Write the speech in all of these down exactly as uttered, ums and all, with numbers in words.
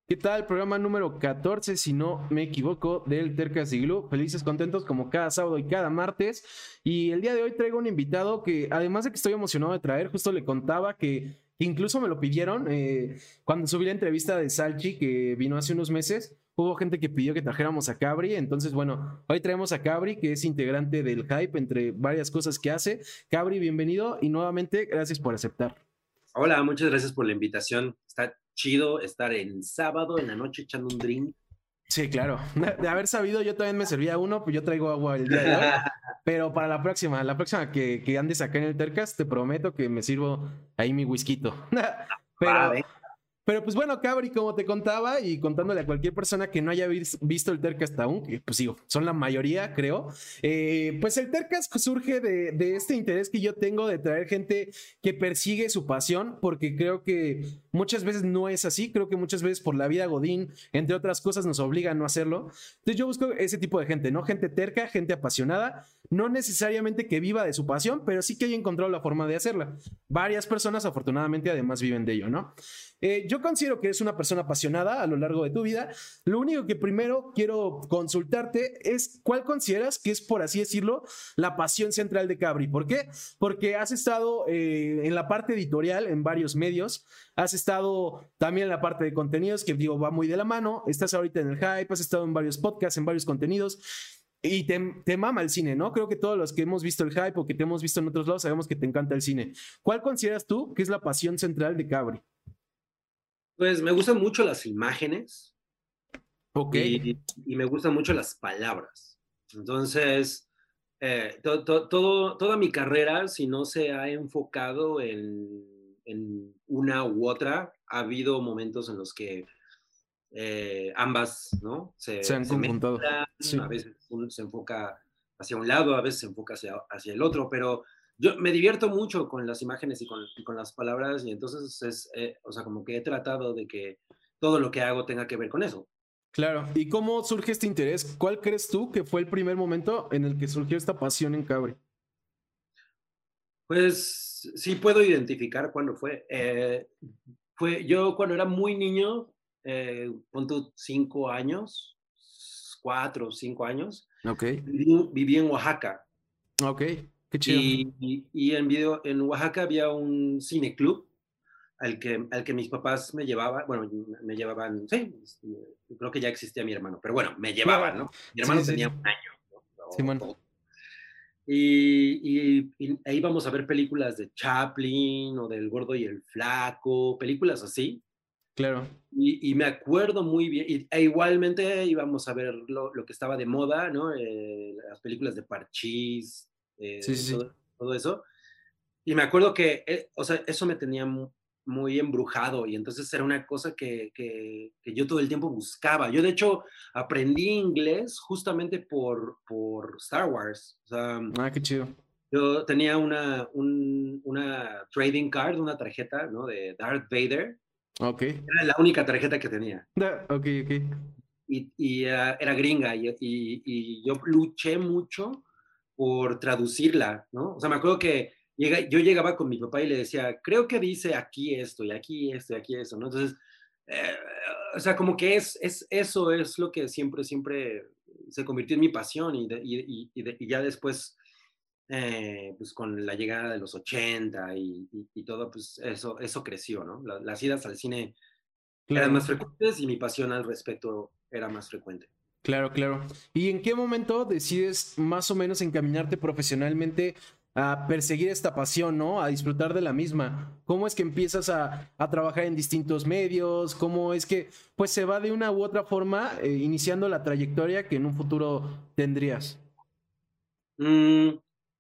¿Qué tal? Programa número catorce, si no me equivoco, del Tercas y Glue. Felices, contentos como cada sábado y cada martes. Y el día de hoy traigo un invitado que, además de que estoy emocionado de traer, justo le contaba que, que incluso me lo pidieron eh, cuando subí la entrevista de Salchi, que vino hace unos meses. Hubo gente que pidió que trajéramos a Cabri. Entonces, bueno, hoy traemos a Cabri, que es integrante del Hype, entre varias cosas que hace. Cabri, bienvenido y nuevamente gracias por aceptar. Hola, muchas gracias por la invitación. Está chido estar en sábado en la noche echando un drink. Sí, claro. De haber sabido, yo también me servía uno, pues yo traigo agua el día de hoy. Pero para la próxima, la próxima que, que andes acá en el Tercas, te prometo que me sirvo ahí mi whisky. Va, Pero ven. pero pues bueno, Cabri, como te contaba y contándole a cualquier persona que no haya vis- visto el Tercast aún, que pues digo, son la mayoría, creo, eh, pues el Tercast surge de, de este interés que yo tengo de traer gente que persigue su pasión, porque creo que muchas veces no es así, creo que muchas veces por la vida Godín, entre otras cosas, nos obliga a no hacerlo. Entonces yo busco ese tipo de gente, ¿no? Gente terca, gente apasionada, no necesariamente que viva de su pasión, pero sí que haya encontrado la forma de hacerla. Varias personas afortunadamente además viven de ello, ¿no? Eh, yo considero que eres una persona apasionada a lo largo de tu vida. Lo único que primero quiero consultarte es cuál consideras que es, por así decirlo, la pasión central de Cabri. ¿Por qué? Porque has estado eh, en la parte editorial en varios medios, has estado también en la parte de contenidos, que digo, va muy de la mano, estás ahorita en el Hype, has estado en varios podcasts, en varios contenidos. Y te, te mama el cine, ¿no? Creo que todos los que hemos visto el Hype o que te hemos visto en otros lados sabemos que te encanta el cine. ¿Cuál consideras tú que es la pasión central de Cabri? Pues me gustan mucho las imágenes Ok. y, y me gustan mucho las palabras. Entonces, eh, to- to- todo, toda mi carrera, si no se ha enfocado en, en una u otra, ha habido momentos en los que eh, ambas, ¿no? Se Se, han se conjuntado. mezclan, Sí. a veces uno se enfoca hacia un lado, a veces se enfoca hacia, hacia el otro, pero yo me divierto mucho con las imágenes y con, y con las palabras y entonces es, eh, o sea, como que he tratado de que todo lo que hago tenga que ver con eso. Claro. ¿Y cómo surge este interés? ¿Cuál crees tú que fue el primer momento en el que surgió esta pasión en Cabri? Pues sí puedo identificar cuándo fue. Eh, fue yo cuando era muy niño, eh, pon tú cinco años, cuatro o cinco años, Ok. viví, viví en Oaxaca. Ok. Qué chido. Y, y, y en, video, en Oaxaca había un cineclub al que, al que mis papás me llevaban, bueno, me llevaban, sí, creo que ya existía mi hermano, pero bueno, me llevaban, ¿no? Mi Sí, hermano sí, tenía sí. un año, ¿no? O Simón. dos. Y, y, y ahí íbamos a ver películas de Chaplin o del Gordo y el Flaco, películas así. Claro. Y, y me acuerdo muy bien, y, e igualmente íbamos a ver lo, lo que estaba de moda, ¿no? Eh, las películas de Parchís, Sí, eh, sí, sí. todo, todo eso. Y me acuerdo que, eh, o sea, eso me tenía mu- muy embrujado y entonces era una cosa que, que, que yo todo el tiempo buscaba. Yo de hecho aprendí inglés justamente por, por Star Wars. O sea, Ah, qué chido. yo tenía una, un- una trading card, una tarjeta, ¿no? De Darth Vader. Ok. Era la única tarjeta que tenía. Da- ok, ok. Y, y era, era gringa y, y, y yo luché mucho por traducirla, ¿no? O sea, me acuerdo que llega, yo llegaba con mi papá y le decía, creo que dice aquí esto y aquí esto y aquí eso, ¿no? Entonces, eh, o sea, como que es, es, eso es lo que siempre, siempre se convirtió en mi pasión y, de, y, y, de, y ya después, eh, pues con la llegada de los ochenta y, y, y todo, pues eso, eso creció, ¿no? La, las idas al cine eran Claro. más frecuentes y mi pasión al respecto era más frecuente. Claro, claro. ¿Y en qué momento decides más o menos encaminarte profesionalmente a perseguir esta pasión, ¿no? A disfrutar de la misma. ¿Cómo es que empiezas a, a trabajar en distintos medios? ¿Cómo es que pues se va de una u otra forma eh, iniciando la trayectoria que en un futuro tendrías? Mm,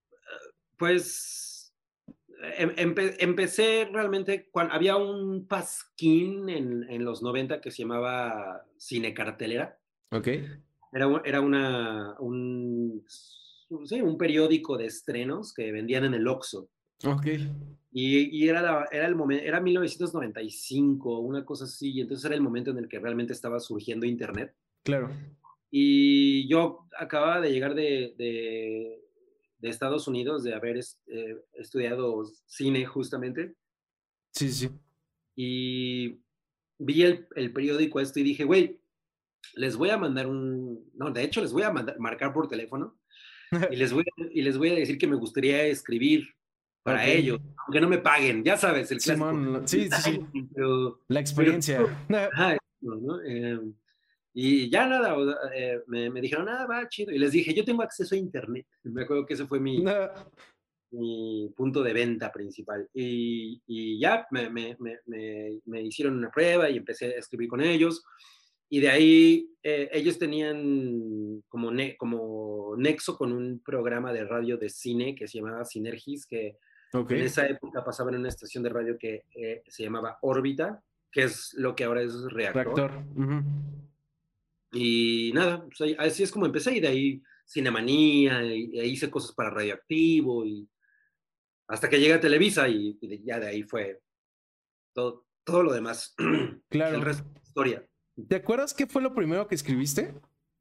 pues em- empe- empecé realmente cuando había un pasquín en, en los noventa que se llamaba Cine Cartelera. Ok, Era, un- era una, un, sí, un periódico de estrenos que vendían en el Oxxo. ok, Y, y era, la- era el momento, era mil novecientos noventa y cinco, una cosa así, y entonces era el momento en el que realmente estaba surgiendo Internet. claro. Y yo acababa de llegar de, de, de Estados Unidos, de haber est- eh, estudiado cine justamente, Sí, sí, sí. y, vi el, el periódico esto y dije, güey, les voy a mandar un, no, de hecho les voy a mandar, marcar por teléfono y les, voy a, y les voy a decir que me gustaría escribir para Ok. ellos, aunque no me paguen, ya sabes, el clásico. Simón, sí, sí, sí. Pero, La pero, experiencia. ajá, ¿no? ¿no? Eh, y ya nada, eh, me, me dijeron, ah, va, chido. Y les dije, yo tengo acceso a internet. Me acuerdo que ese fue mi, mi punto de venta principal. Y, y ya me, me, me, me, hicieron una prueba y empecé a escribir con ellos. Y de ahí eh, ellos tenían como, ne como nexo con un programa de radio de cine que se llamaba Sinergis, que en Ok. esa época pasaba en una estación de radio que eh, se llamaba Órbita, que es lo que ahora es Reactor. Reactor. Uh-huh. Y nada, pues así es como empecé y de ahí Cinemanía, y, y hice cosas para Radioactivo y hasta que llegué a Televisa y, y ya de ahí fue todo, todo lo demás. El Claro. resto es historia. ¿Te acuerdas qué fue lo primero que escribiste?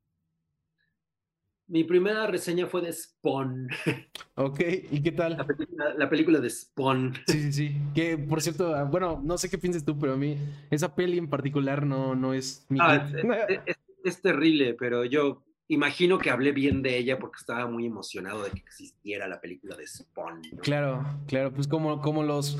Mi primera reseña fue de Spawn. Ok, ¿y qué La tal? película, la película de Spawn. Sí, sí, sí. Que por cierto, ah, bueno, no sé qué piensas tú, pero a mí esa peli en particular no, no es mi Ah, hit. es, es, es, es terrible, pero yo imagino que hablé bien de ella porque estaba muy emocionado de que existiera la película de Spawn, ¿no? Claro, claro, pues como, como los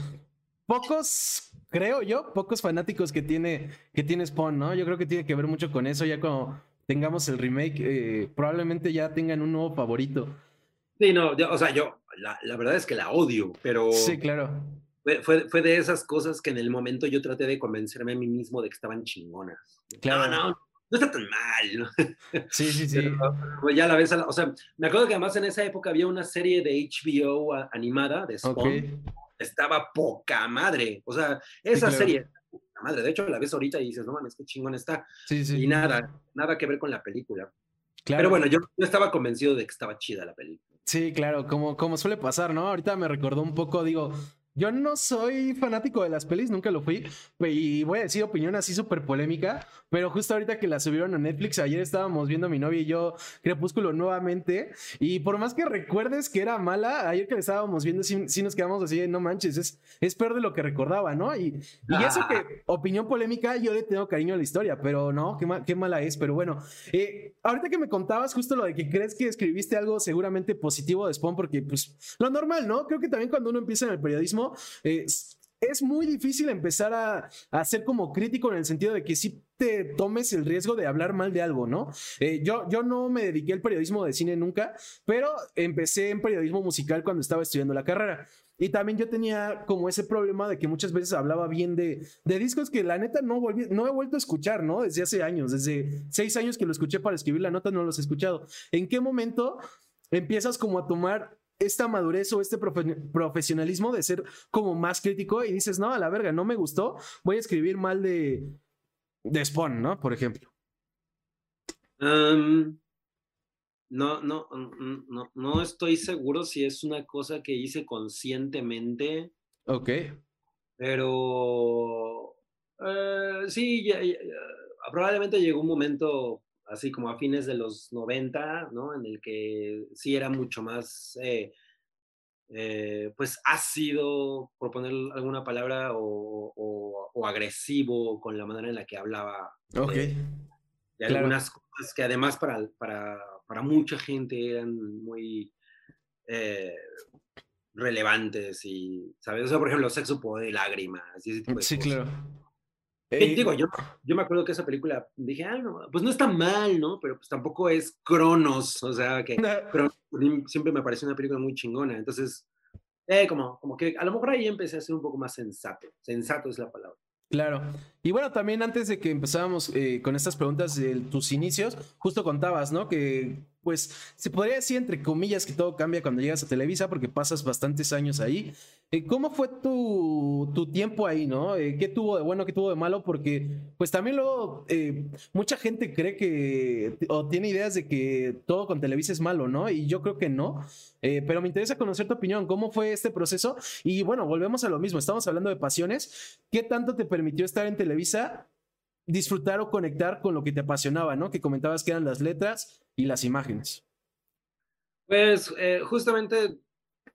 pocos, creo yo, pocos fanáticos que tiene, que tiene Spawn, ¿no? Yo creo que tiene que ver mucho con eso, ya cuando tengamos el remake, eh, probablemente ya tengan un nuevo favorito. Sí, no, yo, o sea, yo, la, la, verdad es que la odio, Sí, pero claro. fue, fue, fue, de esas cosas que en el momento yo traté de convencerme a mí mismo de que estaban chingonas. No, Claro. no, no está tan mal, ¿no? Sí, sí, Pero, sí. pero ya la ves, a la, o sea, me acuerdo que además en esa época había una serie de H B O a, animada de Ok. Spawn, estaba poca madre, o sea, Sí, esa claro. serie, poca madre, de hecho la ves ahorita y dices, no mames, qué chingón está, Sí, sí. y nada, nada que ver con la película. Pero Claro. bueno, yo, yo estaba convencido de que estaba chida la película. Sí, claro, como, como suele pasar, ¿no? Ahorita me recordó un poco, digo, yo no soy fanático de las pelis, nunca lo fui, y voy a decir opinión así súper polémica, pero justo ahorita que la subieron a Netflix, ayer estábamos viendo mi novia y yo Crepúsculo nuevamente, y por más que recuerdes que era mala, ayer que la estábamos viendo, sí, sí nos quedamos así, no manches, es, es peor de lo que recordaba, ¿no? Y, y eso que, opinión polémica, yo le tengo cariño a la historia, pero no, qué, ma qué mala es, pero bueno, eh, ahorita que me contabas justo lo de que crees que escribiste algo seguramente positivo de Spawn, porque pues lo normal, ¿no? Creo que también cuando uno empieza en el periodismo, eh, es muy difícil empezar a, a ser como crítico en el sentido de que sí te tomes el riesgo de hablar mal de algo, ¿no? Eh, yo, yo no me dediqué al periodismo de cine nunca, pero empecé en periodismo musical cuando estaba estudiando la carrera. Y también yo tenía como ese problema de que muchas veces hablaba bien de, de discos que la neta no, volví, no he vuelto a escuchar, ¿no? Desde hace años, desde seis años que lo escuché para escribir la nota, no los he escuchado. ¿En qué momento empiezas como a tomar esta madurez o este profe profesionalismo de ser como más crítico y dices, no, a la verga, no me gustó, voy a escribir mal de, de Spawn, ¿no? Por ejemplo. Um, no, no, no, no estoy seguro si es una cosa que hice conscientemente. Ok. Pero eh, sí, ya, ya, probablemente llegó un momento así como a fines de los noventa, ¿no? En el que sí era mucho más, eh, eh, pues ácido, por poner alguna palabra, o, o, o, agresivo con la manera en la que hablaba Ok. de, de Claro. algunas cosas que además para, para, para mucha gente eran muy eh, relevantes y, ¿sabes? O sea, por ejemplo, Sexo, Poder y Lágrimas y ese tipo de Sí, cosas. claro. Que, Eh, digo, yo, yo me acuerdo que esa película dije, ah, no, pues no está mal, ¿no? Pero pues tampoco es Cronos, o sea, que Cronos siempre me pareció una película muy chingona. Entonces, eh, como, como que a lo mejor ahí empecé a ser un poco más sensato. Sensato es la palabra. Claro. Y bueno, también antes de que empezáramos eh, con estas preguntas de tus inicios, justo contabas, ¿no? Que pues se podría decir entre comillas que todo cambia cuando llegas a Televisa porque pasas bastantes años ahí. Eh, ¿Cómo fue tu, tu tiempo ahí, no? Eh, ¿Qué tuvo de bueno, qué tuvo de malo? Porque pues también luego eh, mucha gente cree que o tiene ideas de que todo con Televisa es malo, ¿no? Y yo creo que no. Eh, pero me interesa conocer tu opinión. ¿Cómo fue este proceso? Y bueno, volvemos a lo mismo. Estamos hablando de pasiones. ¿Qué tanto te permitió estar en Televisa, disfrutar o conectar con lo que te apasionaba, ¿no? Que comentabas que eran las letras y las imágenes. Pues eh, justamente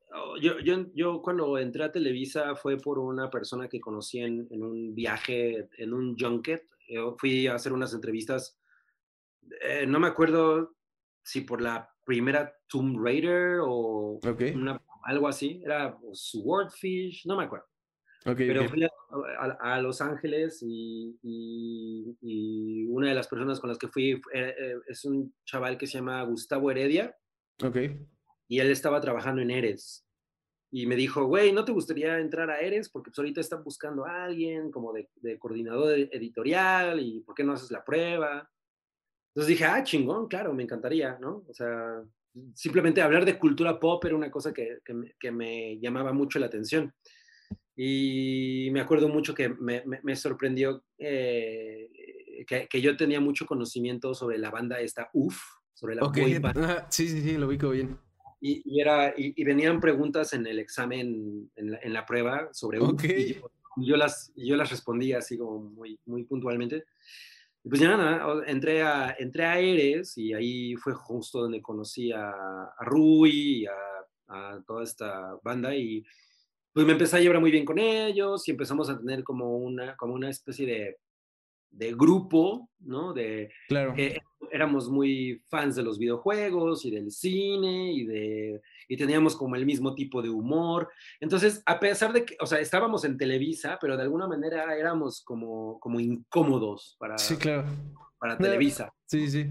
Oh, yo, yo, yo cuando entré a Televisa fue por una persona que conocí en, en un viaje, en un junket. Yo fui a hacer unas entrevistas, eh, no me acuerdo si por la primera Tomb Raider o Ok, una, algo así, era o Swordfish, no me acuerdo. ok, Pero ok. fui a, a- a Los Ángeles y, y- y una de las personas con las que fui eh, eh, es un chaval que se llama Gustavo Heredia Ok. y él estaba trabajando en Eres. Y me dijo, güey, ¿no te gustaría entrar a Eres? Porque pues ahorita están buscando a alguien como de, de coordinador editorial y ¿por qué no haces la prueba? Entonces dije, ah, chingón, claro, me encantaría, ¿no? O sea, simplemente hablar de cultura pop era una cosa que, que, me, que me llamaba mucho la atención. Y me acuerdo mucho que me, me, me sorprendió eh, que, que, yo tenía mucho conocimiento sobre la banda esta U F, sobre la Ok, boy band. ajá, sí, sí, sí, lo ubico bien. Y, y, era, y, y venían preguntas en el examen, en la, en la prueba sobre Ok, U F, y yo, yo, las, yo las respondía así como muy, muy puntualmente. Y pues ya nada, entré a, entré a Eres y ahí fue justo donde conocí a, a Rui y a, a toda esta banda y pues me empecé a llevar muy bien con ellos y empezamos a tener como una, como una especie de, de grupo, ¿no? De claro. que éramos muy fans de los videojuegos y del cine y de y teníamos como el mismo tipo de humor. Entonces, a pesar de que, o sea, estábamos en Televisa, pero de alguna manera éramos como, como incómodos Sí, para, claro. para No, Televisa, sí, sí.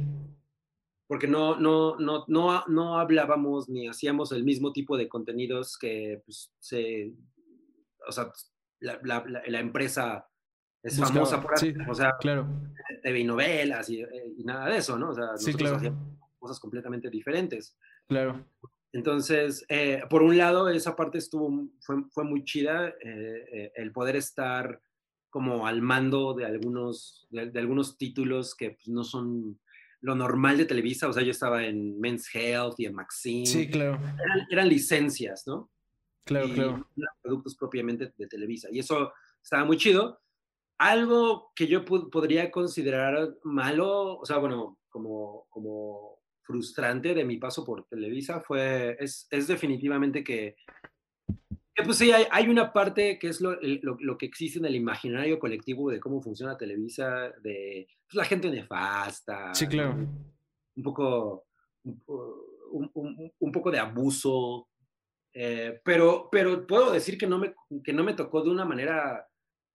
porque no, no, no, no, no hablábamos ni hacíamos el mismo tipo de contenidos que pues, se, o sea, la, la, la, la empresa es famosa Buscaba, por sí, hacer, o sea, claro. T V y novelas y, y, nada de eso, ¿no? O sea, Sí, nosotros claro. hacíamos cosas completamente diferentes. Claro. Entonces, eh, por un lado, esa parte estuvo, fue, fue muy chida, eh, eh, el poder estar como al mando de algunos, de, de algunos títulos que pues, no son lo normal de Televisa, o sea, yo estaba en Men's Health y en Maxim, Sí, claro. eran, eran licencias, ¿no? Claro, Y claro. no eran productos propiamente de Televisa, y eso estaba muy chido. Algo que yo podría considerar malo, o sea, bueno, como, como frustrante de mi paso por Televisa fue, es, es definitivamente que, que, pues sí, hay, hay una parte que es lo, lo, lo, que existe en el imaginario colectivo de cómo funciona Televisa, de pues, la gente Sí, nefasta, ¿no? claro. Un poco, un, un, un, un poco de abuso, eh, pero, pero puedo decir que no me, que no me tocó de una manera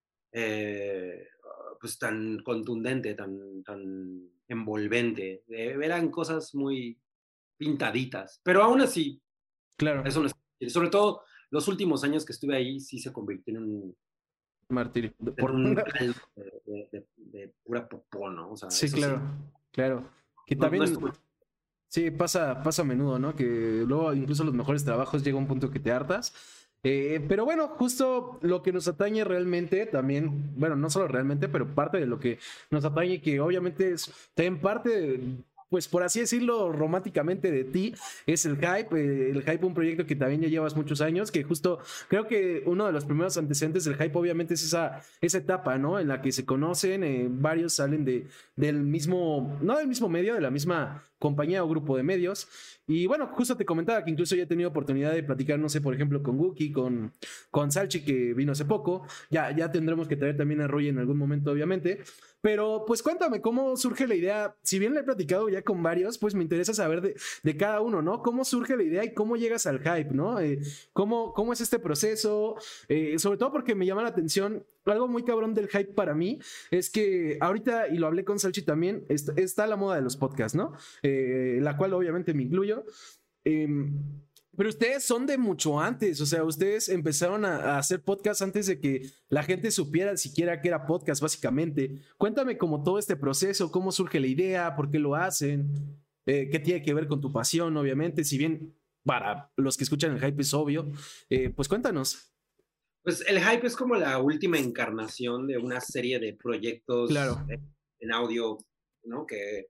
eh, pues tan contundente, tan, tan envolvente. Eh, eran cosas muy pintaditas, pero aún así, Claro. eso no es, sobre todo los últimos años que estuve ahí, sí se convirtió en un, Martirio. en Por... un caldo de, de, de, de, pura popó, ¿no? O sea, Sí, eso sí, claro. Claro. Que no, no también, estuvo. sí, pasa, pasa a menudo, ¿no? Que luego incluso los mejores trabajos llega un punto que te hartas. Eh, pero bueno, justo lo que nos atañe realmente también, bueno, no solo realmente, pero parte de lo que nos atañe, que obviamente es también parte, de, pues por así decirlo, románticamente de ti, es el hype. Eh, el hype, un proyecto que también ya llevas muchos años, que justo creo que uno de los primeros antecedentes del hype, obviamente, es esa, esa etapa, ¿no? En la que se conocen, eh, varios salen de, del mismo, no del mismo medio, de la misma compañía o grupo de medios. Y bueno, justo te comentaba que incluso ya he tenido oportunidad de platicar, no sé, por ejemplo, con Wookie, con, con Salchi, que vino hace poco. Ya, ya tendremos que traer también a Roy en algún momento, obviamente. Pero pues cuéntame cómo surge la idea. Si bien le he platicado ya con varios, pues me interesa saber de, de cada uno, ¿no? ¿Cómo surge la idea y cómo llegas al hype, ¿no? Eh, ¿cómo, ¿Cómo es este proceso? Eh, sobre todo porque me llama la atención algo muy cabrón del hype para mí es que ahorita, y lo hablé con Salchi también, está, está la moda de los podcasts, ¿no? Eh, la cual obviamente me incluyo. Eh, pero ustedes son de mucho antes, o sea, ustedes empezaron a, a hacer podcast antes de que la gente supiera siquiera que era podcast, básicamente. Cuéntame como todo este proceso, cómo surge la idea, por qué lo hacen, eh, qué tiene que ver con tu pasión, obviamente, si bien para los que escuchan el hype es obvio, eh, pues cuéntanos. Pues el hype es como la última encarnación de una serie de Claro, proyectos en audio, ¿no? Que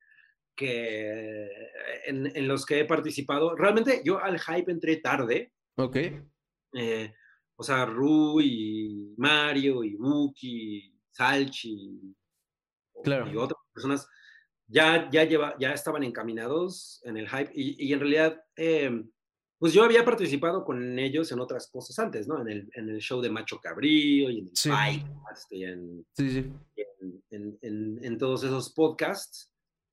que en, en, los que he participado. Realmente yo al hype entré tarde. ok, Eh, o sea, Ru y Mario y Wookie, Salchi claro, y otras personas ya, ya, lleva, ya estaban encaminados en el hype y, y en realidad, eh, pues yo había participado con ellos en otras cosas antes, ¿no? En el, en el show de Macho Cabrío y en el Sí, Podcast y en, sí, sí. en, en, en, en todos esos podcasts.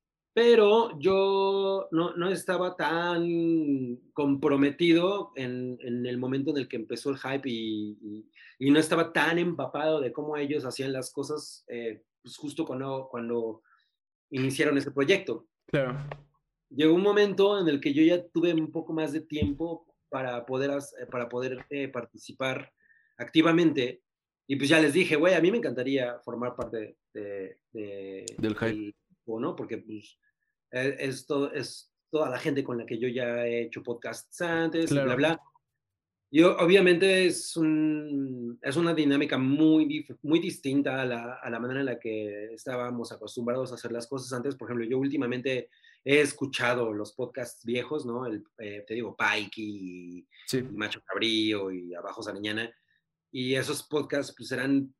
Pero yo no, no estaba tan comprometido en, en, el momento en el que empezó el hype y, y, y, no estaba tan empapado de cómo ellos hacían las cosas, eh, pues justo cuando, cuando iniciaron este proyecto. Claro. Llegó un momento en el que yo ya tuve un poco más de tiempo para poder, para poder eh, participar activamente. Y pues ya les dije, güey, a mí me encantaría formar parte de, de, Del hype. del grupo, ¿no? Porque pues es, todo, es toda la gente con la que yo ya he hecho podcasts antes Claro. y bla, bla. Y obviamente es, un, es una dinámica muy, muy distinta a la, a la manera en la que estábamos acostumbrados a hacer las cosas antes. Por ejemplo, yo últimamente he escuchado los podcasts viejos, ¿no? El, eh, te digo, Pike y, sí. y Macho Cabrío y Abajo Sariñana. Y esos podcasts pues eran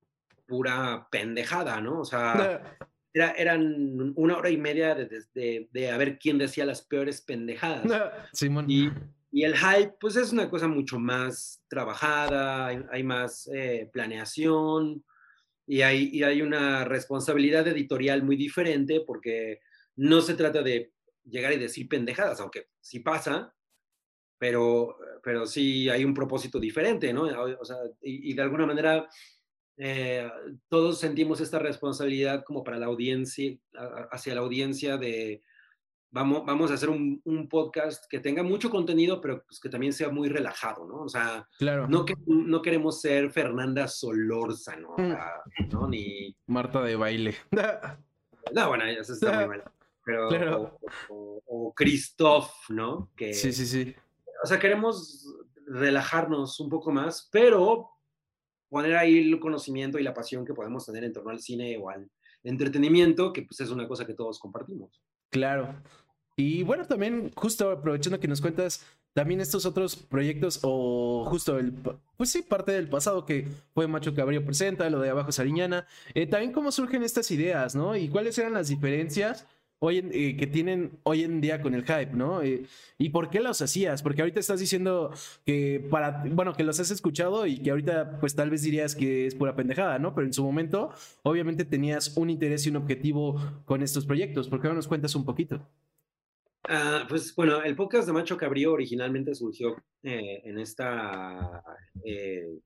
pura pendejada, ¿no? O sea, era, eran una hora y media de, de, de, de a ver quién decía las peores pendejadas. Simón. Y, y el hype, pues es una cosa mucho más trabajada, hay, hay más eh, planeación y hay, y hay una responsabilidad editorial muy diferente porque no se trata de llegar y decir pendejadas, aunque sí pasa, pero, pero sí hay un propósito diferente, ¿no? O sea, y, y de alguna manera eh, todos sentimos esta responsabilidad como para la audiencia, hacia la audiencia de vamos, vamos a hacer un, un podcast que tenga mucho contenido, pero pues que también sea muy relajado, ¿no? O sea, claro. no, que, no queremos ser Fernanda Solórzano, mm. ¿no? Ni Marta de baile. No, bueno, eso está muy mal. Pero, claro. o, o, o Christoph, ¿no? Que, sí, sí, sí. O sea, queremos relajarnos un poco más, pero poner ahí el conocimiento y la pasión que podemos tener en torno al cine o al entretenimiento, que pues es una cosa que todos compartimos. Claro. Y bueno, también justo aprovechando que nos cuentas también estos otros proyectos o justo el, pues sí, parte del pasado que fue Macho Cabrío Presenta, lo de Abajo Sariñana, eh, también cómo surgen estas ideas, ¿no? Y cuáles eran las diferencias hoy en, eh, que tienen hoy en día con el hype, ¿no? Eh, ¿Y por qué los hacías? Porque ahorita estás diciendo que para, bueno, que los has escuchado y que ahorita pues tal vez dirías que es pura pendejada, ¿no? Pero en su momento obviamente tenías un interés y un objetivo con estos proyectos. ¿Por qué no nos cuentas un poquito? Uh, pues bueno, el podcast de Macho Cabrío originalmente surgió eh, en esta eh,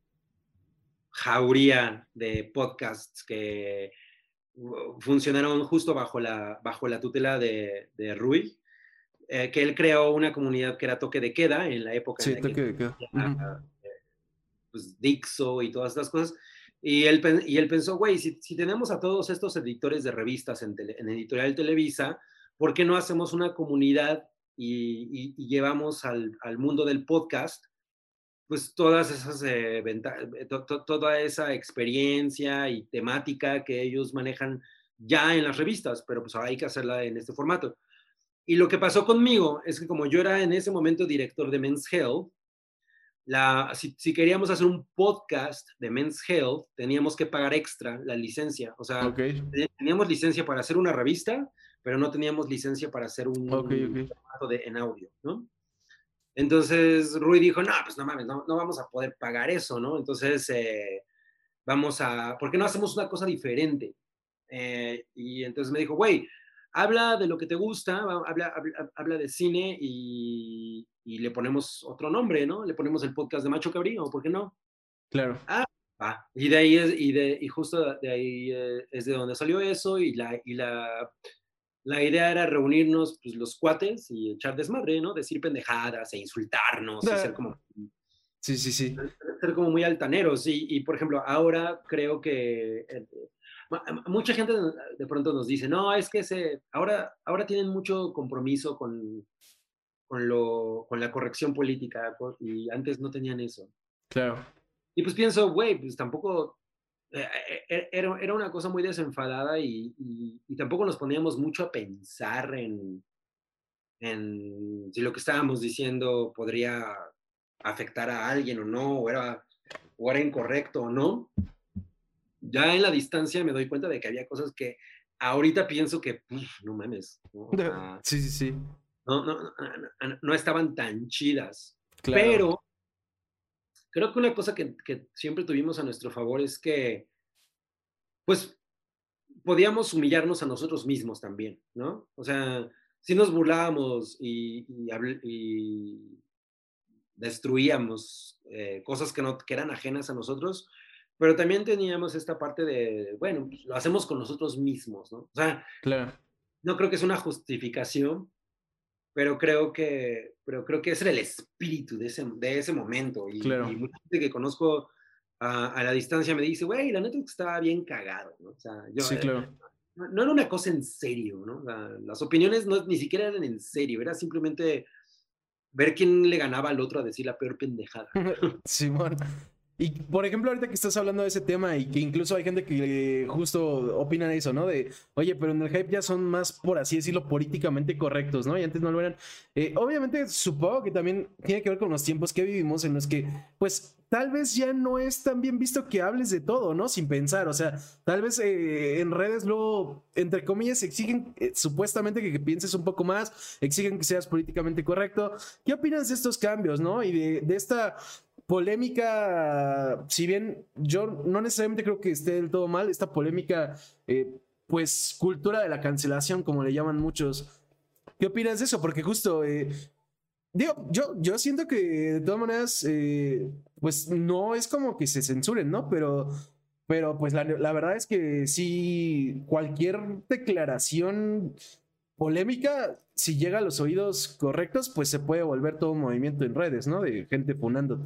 jauría de podcasts que funcionaron justo bajo la, bajo la tutela de, de Rui, eh, que él creó una comunidad que era toque de queda en la época Sí, en la toque que de queda. Uh-huh. pues, Dixo y todas estas cosas. Y él, y él pensó, güey, si, si tenemos a todos estos editores de revistas en, tele, en Editorial Televisa, ¿por qué no hacemos una comunidad y, y, y llevamos al, al, mundo del podcast pues todas esas eh, to, to, toda esa experiencia y temática que ellos manejan ya en las revistas, pero pues hay que hacerla en este formato. Y lo que pasó conmigo es que como yo era en ese momento director de Men's Health, la, si, si queríamos hacer un podcast de Men's Health, teníamos que pagar extra la licencia. O sea, okay. teníamos licencia para hacer una revista, pero no teníamos licencia para hacer un okay, okay. formato de, en audio, ¿no? Entonces Rui dijo, no, pues no mames, no, no vamos a poder pagar eso, ¿no? Entonces, eh, vamos a, ¿por qué no hacemos una cosa diferente? Eh, y entonces me dijo, güey, habla de lo que te gusta, habla, habla, habla de cine y, y le ponemos otro nombre, ¿no? Le ponemos el podcast de Macho Cabrío, ¿por qué no? Claro. Ah, va. Y de ahí es, y, de, y justo de ahí eh, es de donde salió eso y la, y la la idea era reunirnos pues, los cuates y echar desmadre, ¿no? Decir pendejadas e insultarnos y ser como... Sí, sí, sí. Ser como muy altaneros. Y, y por ejemplo, ahora creo que... Eh, mucha gente de pronto nos dice, no, es que se, ahora, ahora tienen mucho compromiso con, con, lo, con la corrección política y antes no tenían eso. Claro. Y pues pienso, güey, pues tampoco... Era, era una cosa muy desenfadada y, y, y, tampoco nos poníamos mucho a pensar en, en si lo que estábamos diciendo podría afectar a alguien o no, o era, o era incorrecto o no. Ya en la distancia me doy cuenta de que había cosas que ahorita pienso que, uf, no mames. ¿No? O sea, sí, sí, sí. no, no, no, no estaban tan chidas. Claro. Pero creo que una cosa que, que siempre tuvimos a nuestro favor es que, pues, podíamos humillarnos a nosotros mismos también, ¿no? O sea, si nos burlábamos y, y, y destruíamos eh, cosas que, no, que eran ajenas a nosotros, pero también teníamos esta parte de, bueno, pues, lo hacemos con nosotros mismos, ¿no? O sea, claro. no creo que es una justificación, pero creo que, pero creo que es el espíritu de ese, de ese momento. Y, Claro. y mucha gente que conozco a, a la distancia me dice, güey, la neta es que estaba bien cagado, ¿no? O sea, yo, Sí, claro. no, no era una cosa en serio, ¿no? La, las opiniones no, ni siquiera eran en serio, era simplemente ver quién le ganaba al otro a decir la peor pendejada. Simón. Y por ejemplo, ahorita que estás hablando de ese tema y que incluso hay gente que justo opina eso, ¿no? De, oye, pero en el hype ya son más, por así decirlo, políticamente correctos, ¿no? Y antes no lo eran. Eh, obviamente, supongo que también tiene que ver con los tiempos que vivimos en los que, pues, tal vez ya no es tan bien visto que hables de todo, ¿no? Sin pensar, o sea, tal vez eh, en redes luego, entre comillas, exigen eh, supuestamente que, que pienses un poco más, exigen que seas políticamente correcto. ¿Qué opinas de estos cambios, ¿no? Y de, de esta polémica, si bien yo no necesariamente creo que esté del todo mal, esta polémica, eh, pues, cultura de la cancelación, como le llaman muchos. ¿Qué opinas de eso? Porque justo, eh, digo, yo, yo siento que de todas maneras, eh, pues no es como que se censuren, ¿no? Pero, pero pues la, la verdad es que sí, cualquier declaración polémica, si llega a los oídos correctos, pues se puede volver todo un movimiento en redes, ¿no? De gente funándote.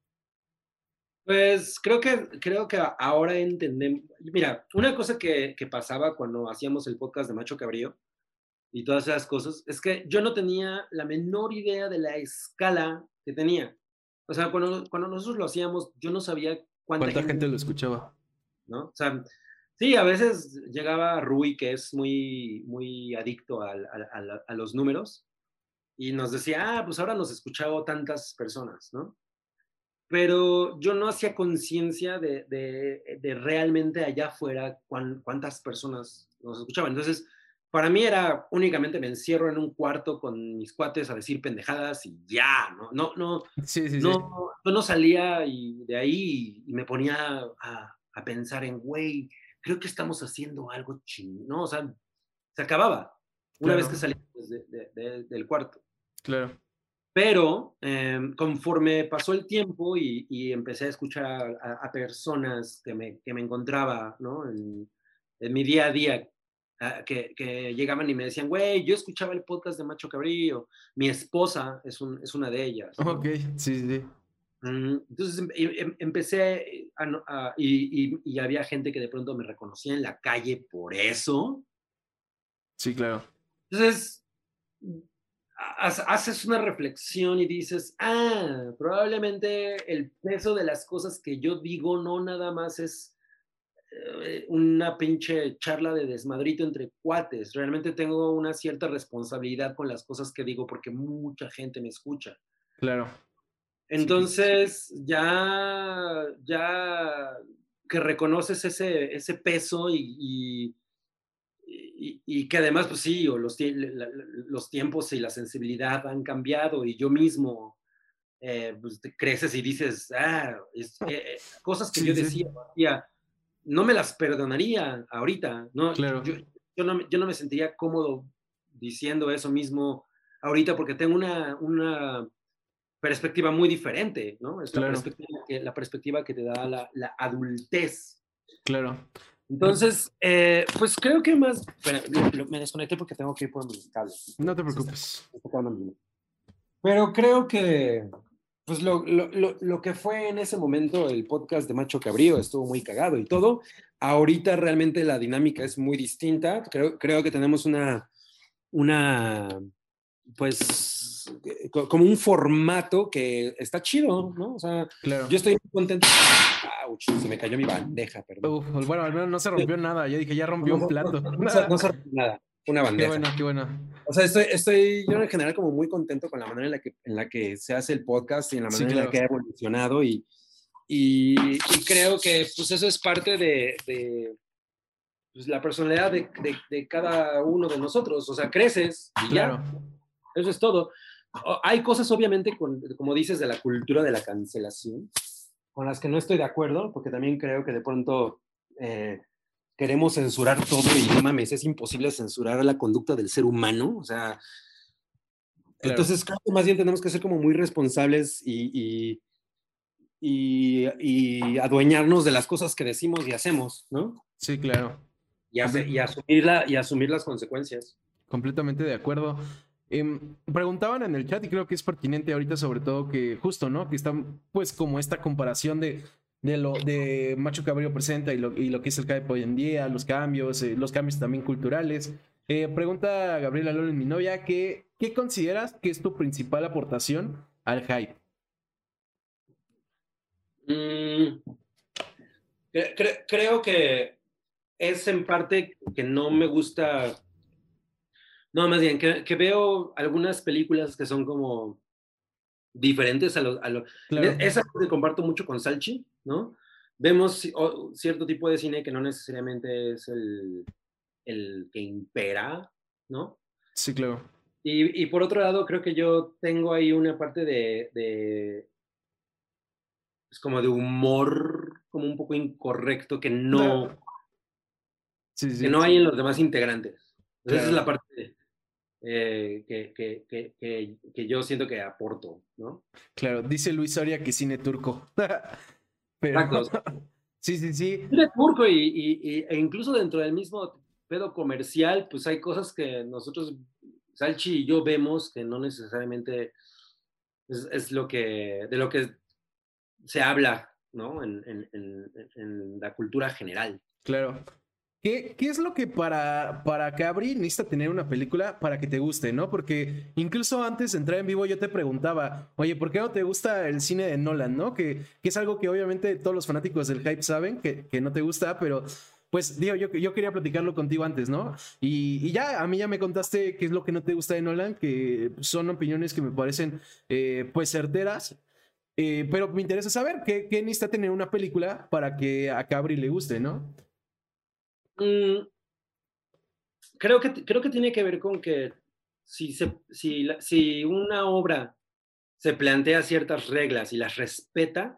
Pues creo que, creo que ahora entendemos. Mira, una cosa que, que pasaba cuando hacíamos el podcast de Macho Cabrío y todas esas cosas es que yo no tenía la menor idea de la escala que tenía. O sea, cuando, cuando nosotros lo hacíamos, yo no sabía cuánta, ¿Cuánta gente, gente lo escuchaba? ¿no? O sea, sí, a veces llegaba Rui, que es muy, muy adicto a, a, a, a los números, y nos decía, ah, pues ahora nos escuchado tantas personas, ¿no? Pero yo no hacía conciencia de, de, de, realmente allá afuera cuán, cuántas personas nos escuchaban. Entonces, para mí era únicamente me encierro en un cuarto con mis cuates a decir pendejadas y ya, ¿no? No, no, Sí, sí, sí. no, yo no salía y de ahí y me ponía a, a pensar en, güey, creo que estamos haciendo algo ching, ¿no? O sea, se acababa una Claro, vez que salíamos de, de, de, del cuarto. claro. Pero eh, conforme pasó el tiempo y, y empecé a escuchar a, a, personas que me, que me encontraba, ¿no? En, en mi día a día, uh, que, que, llegaban y me decían, güey, yo escuchaba el podcast de Macho Cabrío, mi esposa es, un, es una de ellas, ¿no? Ok, sí, sí, sí. Entonces em, em, empecé a, a, y, y, y había gente que de pronto me reconocía en la calle por eso. Sí, claro. Entonces, haces una reflexión y dices, ah, probablemente el peso de las cosas que yo digo no nada más es eh, una pinche charla de desmadrito entre cuates. Realmente tengo una cierta responsabilidad con las cosas que digo porque mucha gente me escucha. Claro. Entonces, sí. ya, ya que reconoces ese, ese peso y, y Y, y, que además, pues sí, o los, los tiempos y la sensibilidad han cambiado y yo mismo, eh, pues te creces y dices, ah, es, eh, cosas que sí, yo decía, sí. no me las perdonaría ahorita, ¿no? Claro. Yo, yo, no yo no me sentiría cómodo diciendo eso mismo ahorita porque tengo una, una perspectiva muy diferente, ¿no? Es claro. la, perspectiva que, la perspectiva que te da la, la adultez. Claro. Entonces, eh, pues creo que más... Espera, me desconecté porque tengo que ir por mi cable. No te preocupes. Pero creo que pues lo, lo, lo, lo que fue en ese momento el podcast de Macho Cabrío estuvo muy cagado y todo. Ahorita realmente la dinámica es muy distinta. Creo, creo que tenemos una, una, pues, como un formato que está chido, ¿no? O sea, claro. yo estoy muy contento. Ouch, se me cayó mi bandeja, perdón. Uf, bueno, al menos no se rompió nada. Yo dije, ya rompió no, un plato. No, no, se, no se rompió nada, una bandeja. Qué bueno, qué bueno. O sea, estoy, estoy yo en general como muy contento con la manera en la que, en la que se hace el podcast y en la manera sí, claro. en la que ha evolucionado y, y, y creo que pues eso es parte de, de pues, la personalidad de, de, de cada uno de nosotros. O sea, creces y claro. ya. eso es todo. Hay cosas, obviamente, con, como dices, de la cultura de la cancelación, con las que no estoy de acuerdo, porque también creo que de pronto eh, queremos censurar todo y no mames, es imposible censurar la conducta del ser humano. O sea, Claro. entonces creo que más bien tenemos que ser como muy responsables y, y, y, y adueñarnos de las cosas que decimos y hacemos, ¿no? Sí, claro. Y, hace, y, Comple- asumir, la, y asumir las consecuencias. completamente de acuerdo. Em, preguntaban en el chat y creo que es pertinente ahorita sobre todo que justo, ¿no? Que están pues como esta comparación de, de lo de Macho Cabrillo presenta y lo, y lo que es el hype hoy en día, los cambios, eh, los cambios también culturales. Eh, pregunta Gabriela Loren, mi novia, ¿qué, ¿qué consideras que es tu principal aportación al hype? Mm, cre cre creo que es en parte que no me gusta, no, más bien, que, que veo algunas películas que son como diferentes a lo, a lo Claro, esa que comparto mucho con Salchi, ¿no? Vemos o, cierto tipo de cine que no necesariamente es el, el que impera, ¿no? sí, claro. Y, y, por otro lado, creo que yo tengo ahí una parte de, de pues como de humor, como un poco incorrecto, que no, Sí, que sí, no hay en los demás integrantes. Entonces, esa es claro, la parte eh, que, que, que, que, que yo siento que aporto, ¿no? claro. Dice Luis Soria que cine turco. Pero Exacto. O sea, sí, sí, sí. de turco y, y, y, e incluso dentro del mismo pedo comercial, pues hay cosas que nosotros, Salchi y yo vemos que no necesariamente es, es lo que, de lo que se habla, ¿no? En, en, en, en la cultura general. Claro. ¿Qué, ¿Qué es lo que para, para Cabri necesita tener una película para que te guste, ¿no? Porque incluso antes de entrar en vivo yo te preguntaba, oye, ¿por qué no te gusta el cine de Nolan, ¿no? Que, que es algo que obviamente todos los fanáticos del hype saben que, que no te gusta, pero pues digo, yo, yo quería platicarlo contigo antes, ¿no? Y, y ya, a mí ya me contaste qué es lo que no te gusta de Nolan, que son opiniones que me parecen eh, pues certeras. Eh, pero me interesa saber qué, qué necesita tener una película para que a Cabri le guste, ¿no? Mm, creo, que, creo que tiene que ver con que si, se, si, la, si una obra se plantea ciertas reglas y las respeta,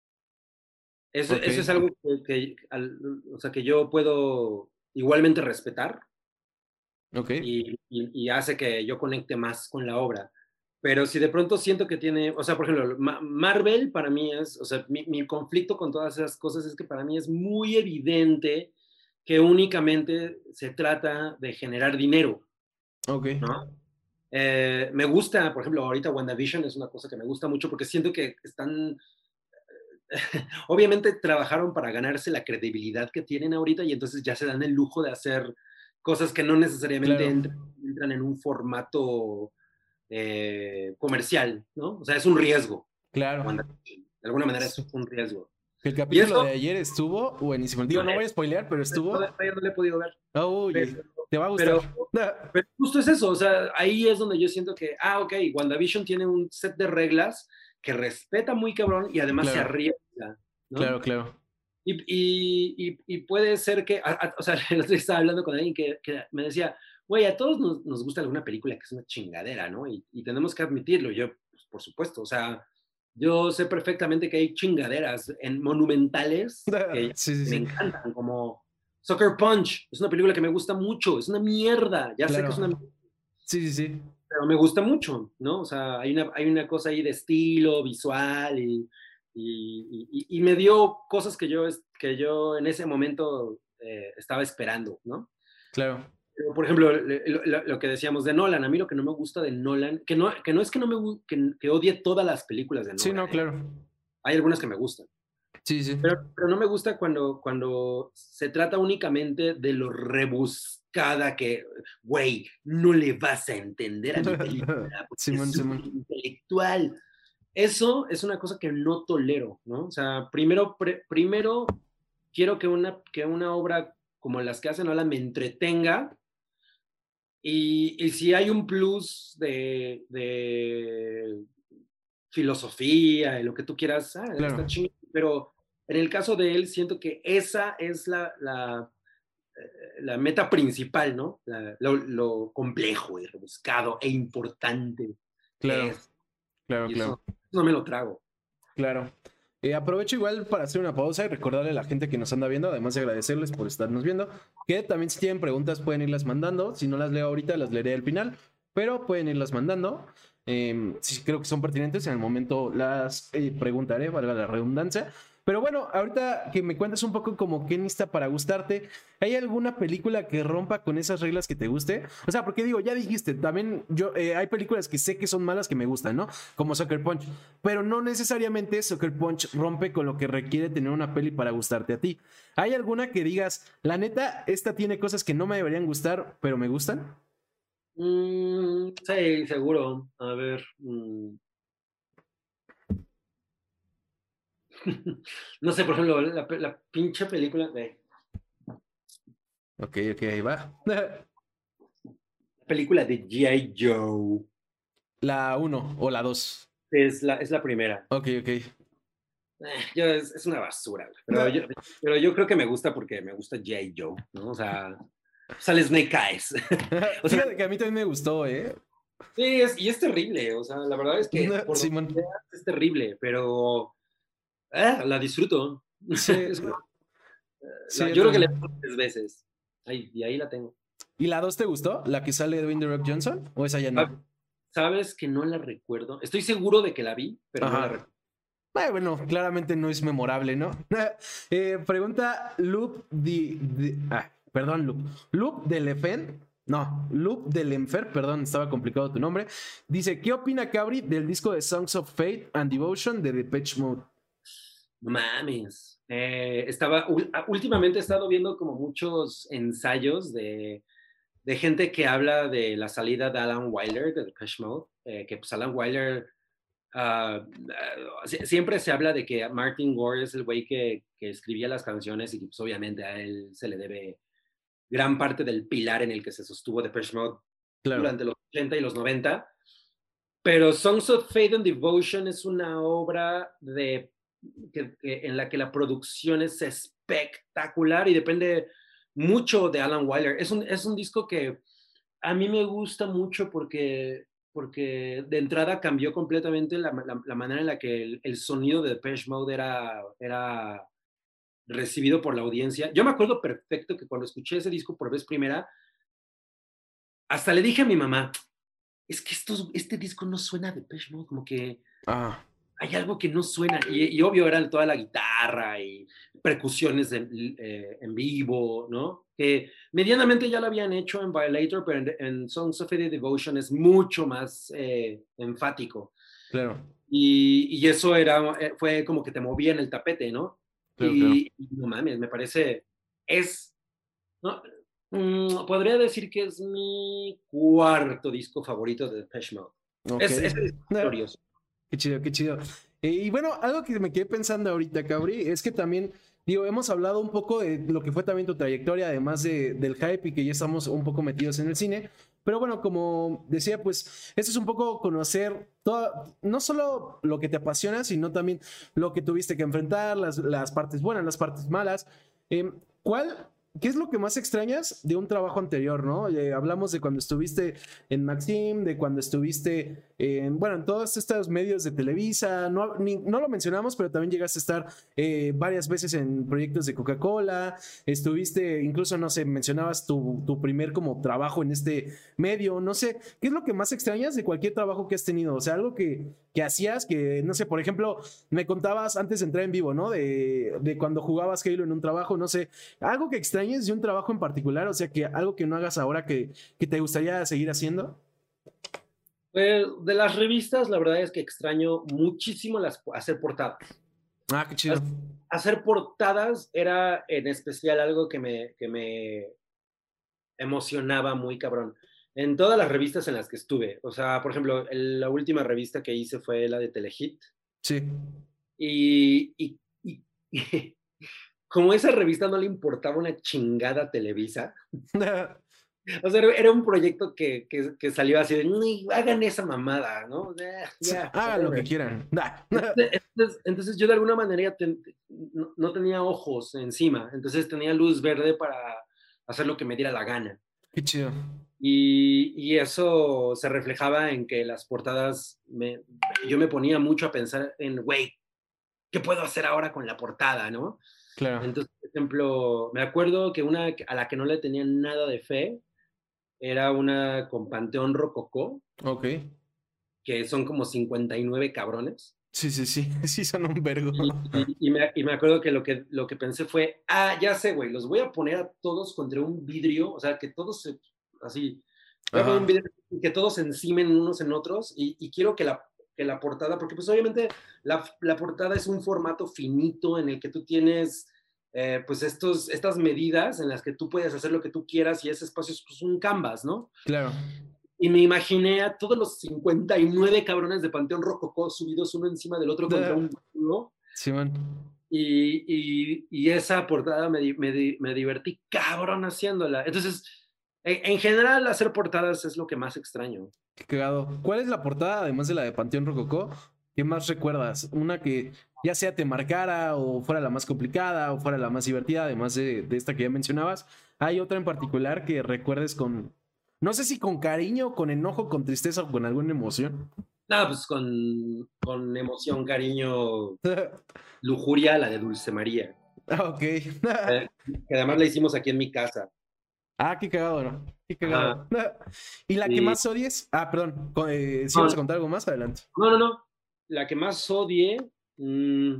eso, Ok, eso es algo que, que, al, o sea, que yo puedo igualmente respetar ok. y, y, y, hace que yo conecte más con la obra. Pero si de pronto siento que tiene, o sea, por ejemplo, Ma Marvel para mí es, o sea, mi, mi conflicto con todas esas cosas es que para mí es muy evidente que únicamente se trata de generar dinero, Ok. ¿no? Eh, me gusta, por ejemplo, ahorita WandaVision es una cosa que me gusta mucho porque siento que están, obviamente trabajaron para ganarse la credibilidad que tienen ahorita y entonces ya se dan el lujo de hacer cosas que no necesariamente Claro, entran, entran en un formato eh, comercial, ¿no? O sea, es un riesgo. claro. WandaVision. De alguna manera Sí. es un riesgo. El Y capítulo de eso, ayer estuvo buenísimo. Digo, no, no voy a eh, spoilear, pero estuvo. todavía no lo he podido ver. Oh, Pero, uy, te va a gustar. pero, pero justo es eso, o sea, ahí es donde yo siento que, ah, ok, WandaVision tiene un set de reglas que respeta muy cabrón y además se Claro, arriesga, ¿no? claro, claro. Y, y, y, y puede ser que, a, a, o sea, el otro día estaba hablando con alguien que, que me decía, güey, a todos nos, nos, gusta alguna película que es una chingadera, ¿no? Y, y tenemos que admitirlo. Yo, pues, por supuesto, o sea, yo sé perfectamente que hay chingaderas en monumentales que, Sí, sí, que me sí. encantan, como Sucker Punch, es una película que me gusta mucho, es una mierda, ya sé que es una Claro. mierda, Sí, sí, sí. pero me gusta mucho, ¿no? O sea, hay una, hay una cosa ahí de estilo, visual y, y, y, y me dio cosas que yo, que yo en ese momento eh, estaba esperando, ¿no? Claro. Pero, por ejemplo, lo, lo, lo, que decíamos de Nolan, a mí lo que no me gusta de Nolan, que no, que no es que, no me, que, que odie todas las películas de Sí, Nolan, no, ¿eh? claro. Hay algunas que me gustan, Sí, sí. pero, pero no me gusta cuando, cuando se trata únicamente de lo rebuscada que, güey, no le vas a entender a mi película porque es Simón, súper Simón. intelectual. Eso es una cosa que no tolero, ¿no? O sea, primero, pre, primero quiero que una, que una obra como las que hacen ahora me entretenga y, y si hay un plus de, de filosofía, de lo que tú quieras, ah, está Claro. chingón, pero en el caso de él siento que esa es la, la, la meta principal, ¿no? La, lo, lo, complejo y rebuscado e importante claro, que es. claro, Y claro. eso no me lo trago. Claro. Eh, aprovecho igual para hacer una pausa y recordarle a la gente que nos anda viendo, además de agradecerles por estarnos viendo, que también si tienen preguntas pueden irlas mandando. Si no las leo ahorita, las leeré al final, pero pueden irlas mandando. Eh, si creo que son pertinentes, en el momento las eh, preguntaré, valga la redundancia. Pero bueno, ahorita que me cuentes un poco como qué necesita para gustarte, ¿hay alguna película que rompa con esas reglas que te guste? O sea, porque digo, ya dijiste, también yo eh, hay películas que sé que son malas que me gustan, ¿no? Como Sucker Punch, pero no necesariamente Sucker Punch rompe con lo que requiere tener una peli para gustarte a ti. ¿Hay alguna que digas, la neta, esta tiene cosas que no me deberían gustar, pero me gustan? Mm, sí, seguro. A ver. Mm. No sé, por ejemplo, la, la pinche película de... Ok, ok, ahí va. La película de G I. Joe. La uno o la dos. Es la, es la primera. Ok, ok. Eh, yo, es, es, una basura, pero yo, pero yo creo que me gusta porque me gusta G I. Joe, ¿no? O sea, sale Snake Eyes. O sea, fíjate que a mí también me gustó, ¿eh? Sí, es, y es terrible, o sea, la verdad es que por Simón. lo que veas, es terrible, pero eh, la disfruto. Sí, Es una, sí, la, yo yo creo que le también. he visto tres veces. Ahí, y ahí la tengo. ¿Y la dos te gustó? ¿La que sale de Dwayne The Rock Johnson? ¿O esa ya no? ¿Sabes que no la recuerdo? Estoy seguro de que la vi, pero no la Ajá. recuerdo. Eh, bueno, claramente no es memorable, ¿no? eh, pregunta Loop de, de, ah, perdón, Loop. Loop de Lefen. No, Loop de Lenfer, perdón, estaba complicado tu nombre. Dice, ¿qué opina Cabri del disco de Songs of Fate and Devotion de Depeche Mode? No mames. Eh, estaba, últimamente he estado viendo como muchos ensayos de, de gente que habla de la salida de Alan Wilder de Depeche Mode, eh, que pues Alan Wilder uh, uh, siempre se habla de que Martin Gore es el güey que, que escribía las canciones y pues obviamente a él se le debe gran parte del pilar en el que se sostuvo Depeche Mode Claro. durante los ochenta y los noventa. Pero Songs of Fate and Devotion es una obra de, que, que, en la que la producción es espectacular y depende mucho de Alan Wilder. Es un, es un disco que a mí me gusta mucho porque, porque de entrada cambió completamente la, la, la manera en la que el, el sonido de Depeche Mode era, era recibido por la audiencia. Yo me acuerdo perfecto que cuando escuché ese disco por vez primera, hasta le dije a mi mamá, es que estos, este disco no suena a Depeche Mode, como que Ah. hay algo que no suena. Y, y obvio era toda la guitarra y percusiones en, eh, en vivo, ¿no? Que medianamente ya lo habían hecho en Violator, pero en, en Songs of the Devotion es mucho más eh, enfático. Claro. Y, y eso era, fue como que te movía en el tapete, ¿no? Claro, y, claro. y no mames, me parece, es, ¿no? Mm, podría decir que es mi cuarto disco favorito de Depeche Mode. Okay. Es, es glorioso. Qué chido, qué chido. Eh, y bueno, algo que me quedé pensando ahorita, Cabri, es que también, digo, hemos hablado un poco de lo que fue también tu trayectoria, además de, del hype y que ya estamos un poco metidos en el cine. Pero bueno, como decía, pues, esto es un poco conocer todo, no solo lo que te apasiona, sino también lo que tuviste que enfrentar, las, las partes buenas, las partes malas. Eh, ¿Cuál? ¿Qué es lo que más extrañas de un trabajo anterior, no? Eh, hablamos de cuando estuviste en Maxim, de cuando estuviste en, bueno, en todos estos medios de Televisa, no, ni, no lo mencionamos, pero también llegaste a estar eh, varias veces en proyectos de Coca-Cola, estuviste, incluso, no sé, mencionabas tu, tu primer como trabajo en este medio, no sé, ¿qué es lo que más extrañas de cualquier trabajo que has tenido? O sea, algo que, que hacías, que, no sé, por ejemplo, me contabas antes de entrar en vivo, ¿no? De, de cuando jugabas Halo en un trabajo, no sé, algo que extrañas de un trabajo en particular, o sea, que algo que no hagas ahora que, que te gustaría seguir haciendo. Pues, de las revistas, la verdad es que extraño muchísimo las, hacer portadas. Ah, qué chido. Hacer portadas era en especial algo que me, que me emocionaba muy cabrón. En todas las revistas en las que estuve, o sea, por ejemplo, el, la última revista que hice fue la de Telehit. Sí. Y, y, y, y como esa revista no le importaba una chingada Televisa, o sea, era un proyecto que, que, que salió así de, hagan esa mamada, ¿no? Yeah, yeah, hagan lo que quieran. Entonces, entonces, entonces yo de alguna manera ten, no, no tenía ojos encima, entonces tenía luz verde para, hacer lo que me diera la gana. Qué chido. Y, y eso se reflejaba en que las portadas, me, yo me ponía mucho a pensar en, güey, ¿qué puedo hacer ahora con la portada, no? Claro. Entonces, por ejemplo, me acuerdo que una a la que no le tenía nada de fe era una con Panteón Rococó, Ok. que son como cincuenta y nueve cabrones. Sí, sí, sí. Sí, son un vergo. Y, y, y, me, y me acuerdo que lo, que lo que pensé fue, ah, ya sé, güey, los voy a poner a todos contra un vidrio, o sea, que todos se, así, voy a poner un Ajá. vidrio y que todos se encimen unos en otros y, y quiero que la, que la portada, porque pues obviamente la, la portada es un formato finito en el que tú tienes eh, pues estos, estas medidas en las que tú puedes hacer lo que tú quieras y ese espacio es pues un canvas, ¿no? Claro. Y me imaginé a todos los cincuenta y nueve cabrones de Panteón Rococó subidos uno encima del otro contra un muro. Simón. Y, y, y, esa portada me, me, me, divertí cabrón haciéndola. Entonces, en, en, general, hacer portadas es lo que más extraño. Qué cagado. ¿Cuál es la portada, además de la de Panteón Rococó? ¿Qué más recuerdas? Una que ya sea te marcara o fuera la más complicada o fuera la más divertida, además de, de esta que ya mencionabas. ¿Hay otra en particular que recuerdes con, no sé si con cariño, con enojo, con tristeza o con alguna emoción? Nada, pues con, con emoción, cariño, lujuria, la de Dulce María. Ok. eh, que además la hicimos aquí en mi casa. Ah, qué cagado, ¿no? Qué cagado. Ajá. ¿Y la que Y, más odies? Ah, perdón. Eh, si no, vas a contar algo más, adelante. no, no, no. La que más odie. Mmm,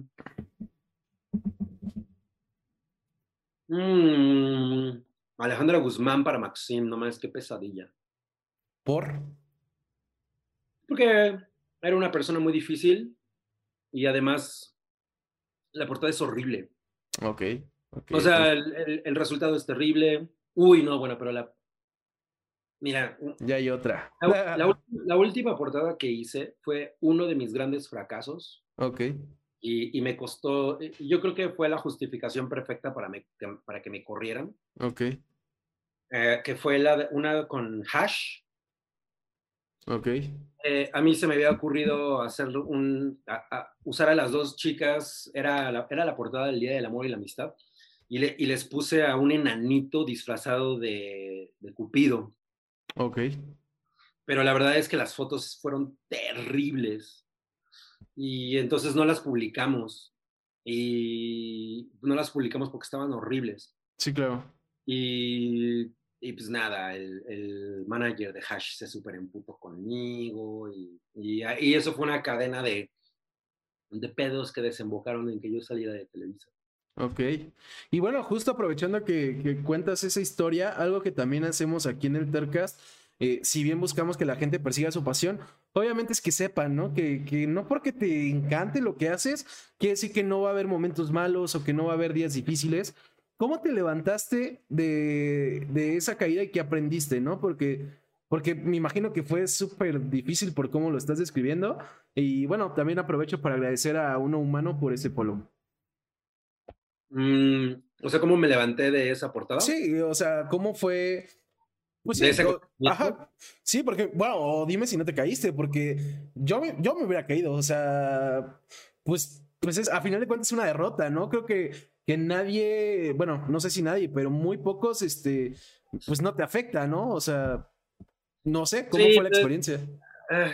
mmm, Alejandra Guzmán para Maxim, no más, qué pesadilla. ¿Por? Porque era una persona muy difícil y además la portada es horrible. Ok. Okay, O sea, okay. el, el, el resultado es terrible. Uy, no, bueno, pero la. Mira, Ya hay otra. la, la, la última portada que hice fue uno de mis grandes fracasos. Ok. Y, y me costó, yo creo que fue la justificación perfecta para, me, para que me corrieran. Ok. Eh, que fue la, una con Hash. Ok. Eh, a mí se me había ocurrido hacer un, a, a, usar a las dos chicas, era la, era la portada del Día del Amor y la Amistad, y, le, y les puse a un enanito disfrazado de, de Cupido. Ok. Pero la verdad es que las fotos fueron terribles y entonces no las publicamos y no las publicamos porque estaban horribles. Sí, claro. Y, y pues nada, el, el manager de Hash se súper emputó conmigo y, y, y eso fue una cadena de, de pedos que desembocaron en que yo saliera de Televisa. Ok. Y bueno, justo aprovechando que, que cuentas esa historia, algo que también hacemos aquí en el Tercast, eh, si bien buscamos que la gente persiga su pasión, obviamente es que sepan, ¿no? Que, que no porque te encante lo que haces, quiere decir que no va a haber momentos malos o que no va a haber días difíciles. ¿Cómo te levantaste de, de esa caída y qué aprendiste, ¿no? Porque, porque me imagino que fue súper difícil por cómo lo estás describiendo. Y bueno, también aprovecho para agradecer a Uno Humano por ese polo. Mm, o sea, ¿cómo me levanté de esa portada? Sí, o sea, ¿cómo fue? Pues De sí, ese o- acontecimiento. ajá, sí, porque, bueno, o dime si no te caíste, porque yo, me- yo me hubiera caído, o sea, pues, pues es, a final de cuentas es una derrota, ¿no? Creo que, que nadie, bueno, no sé si nadie, pero muy pocos, este, pues no te afecta, ¿no? O sea, no sé, ¿cómo Sí, fue la pues, experiencia? eh,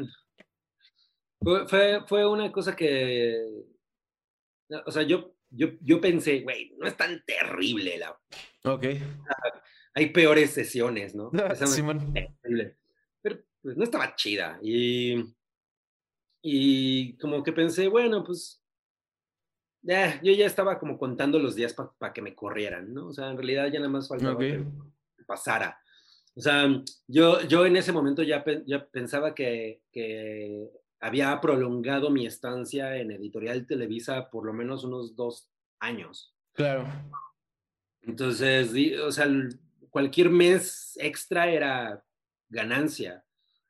fue, fue, fue una cosa que, o sea, yo, yo, yo pensé, güey, no es tan terrible la. Ok. Hay peores sesiones, ¿no? Esa no es Simón. terrible. Pero pues no estaba chida. Y, y como que pensé, bueno, pues ya, yo ya estaba como contando los días para pa que me corrieran, ¿no? O sea, en realidad ya nada más Ok. faltaba que pasara. O sea, yo, yo en ese momento ya, ya pensaba que, que había prolongado mi estancia en Editorial Televisa por lo menos unos dos años. Claro. Entonces, o sea, cualquier mes extra era ganancia.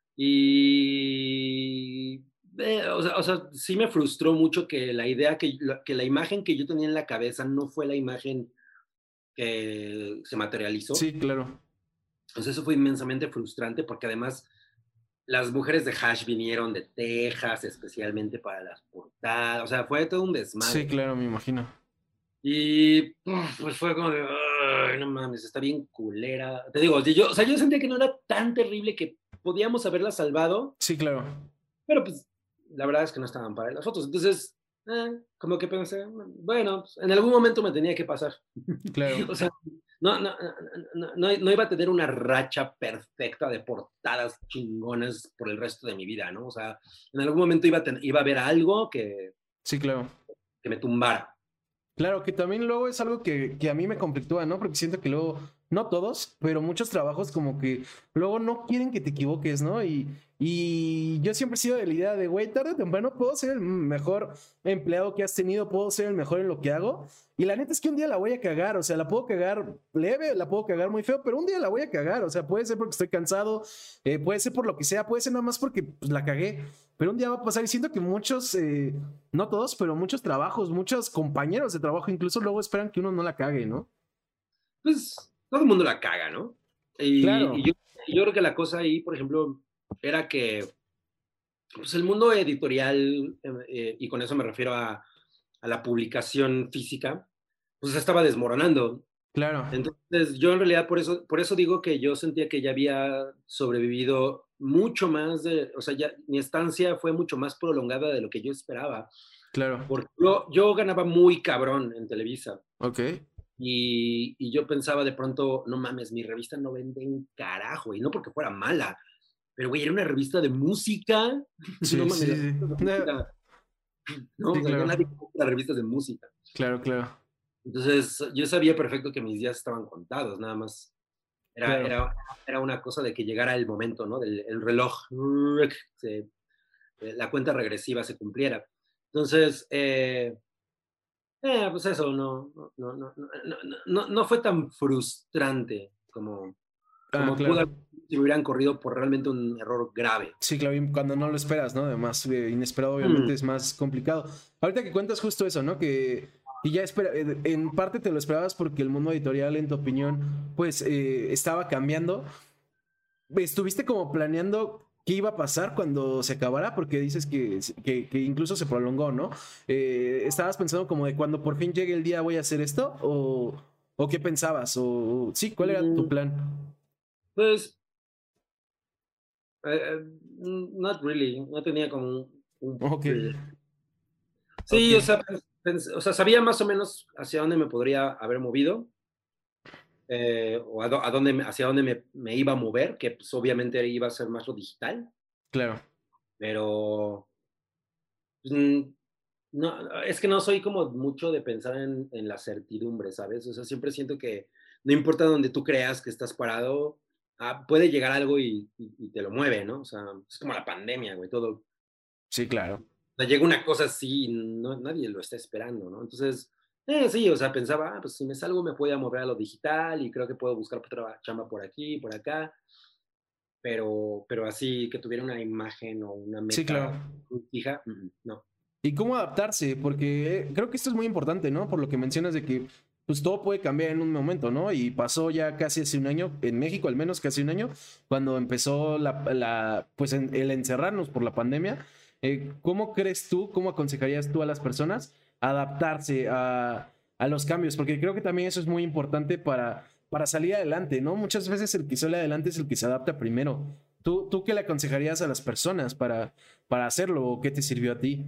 Y, eh, o, sea, o sea, sí me frustró mucho que la idea, que, que la imagen que yo tenía en la cabeza no fue la imagen que se materializó. Sí, claro. Entonces eso fue inmensamente frustrante porque además las mujeres de Hash vinieron de Texas especialmente para las portadas. O sea, fue todo un Sí, desmadre. claro, me imagino. Y pues fue como de, ay, no mames, está bien culera. Te digo, yo, o sea, yo sentía que no era tan terrible que podíamos haberla salvado, Sí, claro. pero pues la verdad es que no estaban para las fotos. Entonces, eh, como que pensé, bueno, pues, en algún momento me tenía que pasar. Claro. O sea, no, no, no, no, no iba a tener una racha perfecta de portadas chingonas por el resto de mi vida, ¿no? O sea, en algún momento iba a, ten, iba a haber algo que, Sí, claro. que me tumbara. Claro, que también luego es algo que, que a mí me conflictúa, ¿no? Porque siento que luego, no todos, pero muchos trabajos como que luego no quieren que te equivoques, ¿no? Y, y yo siempre he sido de la idea de, güey, tarde o temprano puedo ser el mejor empleado que has tenido, puedo ser el mejor en lo que hago. Y la neta es que un día la voy a cagar, o sea, la puedo cagar leve, la puedo cagar muy feo, pero un día la voy a cagar, o sea, puede ser porque estoy cansado, eh, puede ser por lo que sea, puede ser nada más porque pues, la cagué, pero un día va a pasar y siento que muchos, eh, no todos, pero muchos trabajos, muchos compañeros de trabajo incluso luego esperan que uno no la cague, ¿no? Pues todo el mundo la caga, ¿no? Y, Claro, y yo, yo creo que la cosa ahí, por ejemplo, era que pues, el mundo editorial, eh, y con eso me refiero a, a la publicación física, pues se estaba desmoronando. claro, Entonces, yo en realidad por eso, por eso digo que yo sentía que ya había sobrevivido mucho más de, o sea, ya mi estancia fue mucho más prolongada de lo que yo esperaba, claro, porque yo, yo ganaba muy cabrón en Televisa ok. y, y yo pensaba de pronto, no mames, mi revista no vende un carajo, y no porque fuera mala, pero güey, era una revista de música, no Sí, mames, sí, las sí. revistas de música, no, Sí, o sea, ya claro, nadie compra revistas de música. claro, claro, Entonces, yo sabía perfecto que mis días estaban contados, nada más. Era, claro. era, era una cosa de que llegara el momento, ¿no? Del el reloj, se, la cuenta regresiva se cumpliera. Entonces, eh, eh, pues eso, no, no, no, no, no, no, no fue tan frustrante como, Ah, como pudo claro. haber sido si me hubieran corrido por realmente un error grave. Sí, claro, y cuando no lo esperas, ¿no? Además, eh, inesperado Mm, obviamente es más complicado. Ahorita que cuentas justo eso, ¿no? Que, que ya espera, eh, en parte te lo esperabas porque el mundo editorial, en tu opinión, pues eh, estaba cambiando. ¿Estuviste como planeando qué iba a pasar cuando se acabara? Porque dices que, que, que incluso se prolongó, ¿no? Eh, ¿estabas pensando como de cuando por fin llegue el día voy a hacer esto? ¿O, o qué pensabas? ¿O sí, cuál era tu mm, plan? pues, eh, not really, no tenía como un, un Ok, plan. ok, Sí, o sea, pens- o sea, sabía más o menos hacia dónde me podría haber movido, eh, o a, do- a dónde, me- hacia dónde me, me iba a mover, que pues obviamente iba a ser más lo digital, claro. pero mm, no, es que no soy como mucho de pensar en, en la certidumbre, ¿sabes? O sea, siempre siento que no importa donde tú creas que estás parado, ah, puede llegar algo y, y- y te lo mueve, ¿no? O sea, es como la pandemia, güey, todo. Sí, claro. O sea, llega una cosa así, no, nadie lo está esperando, ¿no? Entonces, eh, sí, o sea, pensaba, ah, pues si me salgo me voy a mover a lo digital y creo que puedo buscar otra chamba por aquí, por acá, pero, pero así que tuviera una imagen o una Sí, claro. meta muy fija, mm, mm, no. ¿Y cómo adaptarse? Porque eh, creo que esto es muy importante, ¿no? Por lo que mencionas de que pues todo puede cambiar en un momento, ¿no? Y pasó ya casi hace un año, en México al menos casi un año, cuando empezó la, la pues en- el encerrarnos por la pandemia. Eh, ¿cómo crees tú, cómo aconsejarías tú a las personas adaptarse a, a los cambios? Porque creo que también eso es muy importante para, para salir adelante, ¿no? Muchas veces el que sale adelante es el que se adapta primero. ¿Tú, tú qué le aconsejarías a las personas para, para hacerlo o qué te sirvió a ti?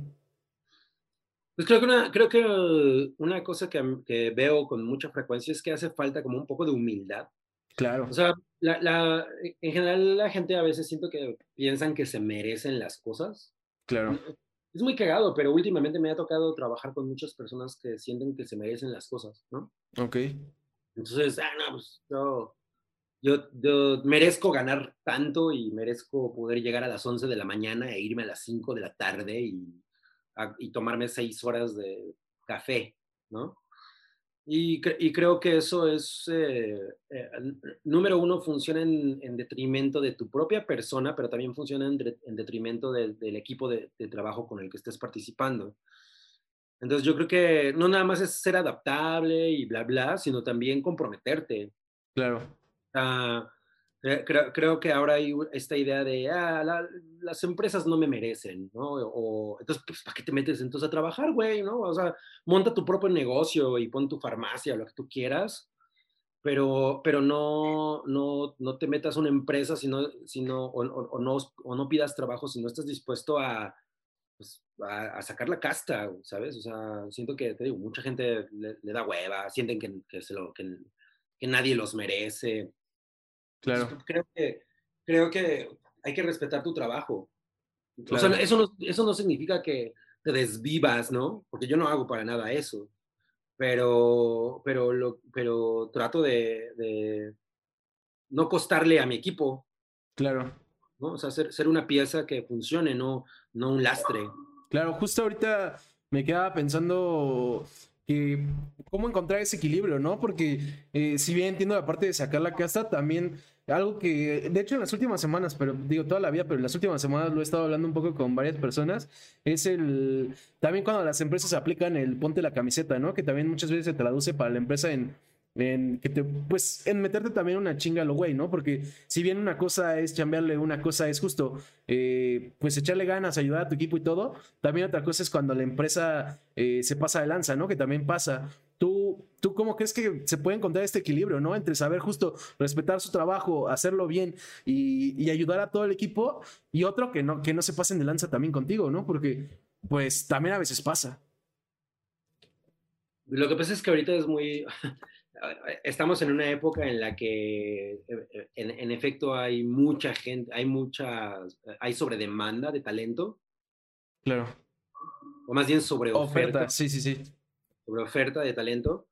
Pues creo que una, creo que una cosa que, que veo con mucha frecuencia es que hace falta como un poco de humildad. O Claro, sea, la, la, en general la gente a veces siento que piensan que se merecen las cosas. claro. Es muy cagado, pero últimamente me ha tocado trabajar con muchas personas que sienten que se merecen las cosas, ¿no? Ok. Entonces, ah, no, pues yo, yo, yo merezco ganar tanto y merezco poder llegar a las once de la mañana e irme a las cinco de la tarde y, a- y tomarme seis horas de café, ¿no? Y, cre- y creo que eso es, eh, eh, n- número uno, funciona en, en detrimento de tu propia persona, pero también funciona en, dre- en detrimento de- del equipo de, de trabajo con el que estés participando. Entonces yo creo que no nada más es ser adaptable y bla, bla, sino también comprometerte. Claro. Ah, cre- creo, creo que ahora hay u- esta idea de, ah, la- las empresas no me merecen, ¿no? O, entonces, pues, ¿para qué te metes entonces a trabajar, güey, ¿no? O sea, monta tu propio negocio y pon tu farmacia, lo que tú quieras, pero, pero no, no, no te metas a una empresa sino, sino, o, o, o no, o no pidas trabajo si no estás dispuesto a, pues, a, a sacar la casta, ¿sabes? O sea, siento que, te digo, mucha gente le, le da hueva, sienten que, que, se lo, que, que nadie los merece. Entonces, Claro, creo que, creo que hay que respetar tu trabajo. O sea, claro. eso no, eso no significa que te desvivas, ¿no? Porque yo no hago para nada eso. Pero, pero, lo, pero trato de, de no costarle a mi equipo, Claro, ¿no? O sea, ser, ser una pieza que funcione, no, no un lastre. claro, justo ahorita me quedaba pensando que cómo encontrar ese equilibrio, ¿no? Porque eh, si bien entiendo la parte de sacar la casta, también algo que, de hecho en las últimas semanas, pero digo toda la vida, pero en las últimas semanas lo he estado hablando un poco con varias personas, es el, también cuando las empresas aplican el ponte la camiseta, ¿no? Que también muchas veces se traduce para la empresa en en que te, pues, en meterte también una chinga a lo güey, ¿no? Porque si bien una cosa es chambearle, una cosa es justo, eh, pues echarle ganas, ayudar a tu equipo y todo, también otra cosa es cuando la empresa eh, se pasa de lanza, ¿no? Que también pasa. ¿Tú, ¿Tú cómo crees que se puede encontrar este equilibrio, ¿no? Entre saber justo respetar su trabajo, hacerlo bien y, y ayudar a todo el equipo y otro que no, que no se pasen de lanza también contigo, ¿no? Porque, pues, también a veces pasa. Lo que pasa es que ahorita es muy, estamos en una época en la que en, en efecto hay mucha gente, hay mucha, hay sobredemanda de talento, Claro. o más bien sobre Oferta, oferta, sí, sí, sí. sobre oferta de talento,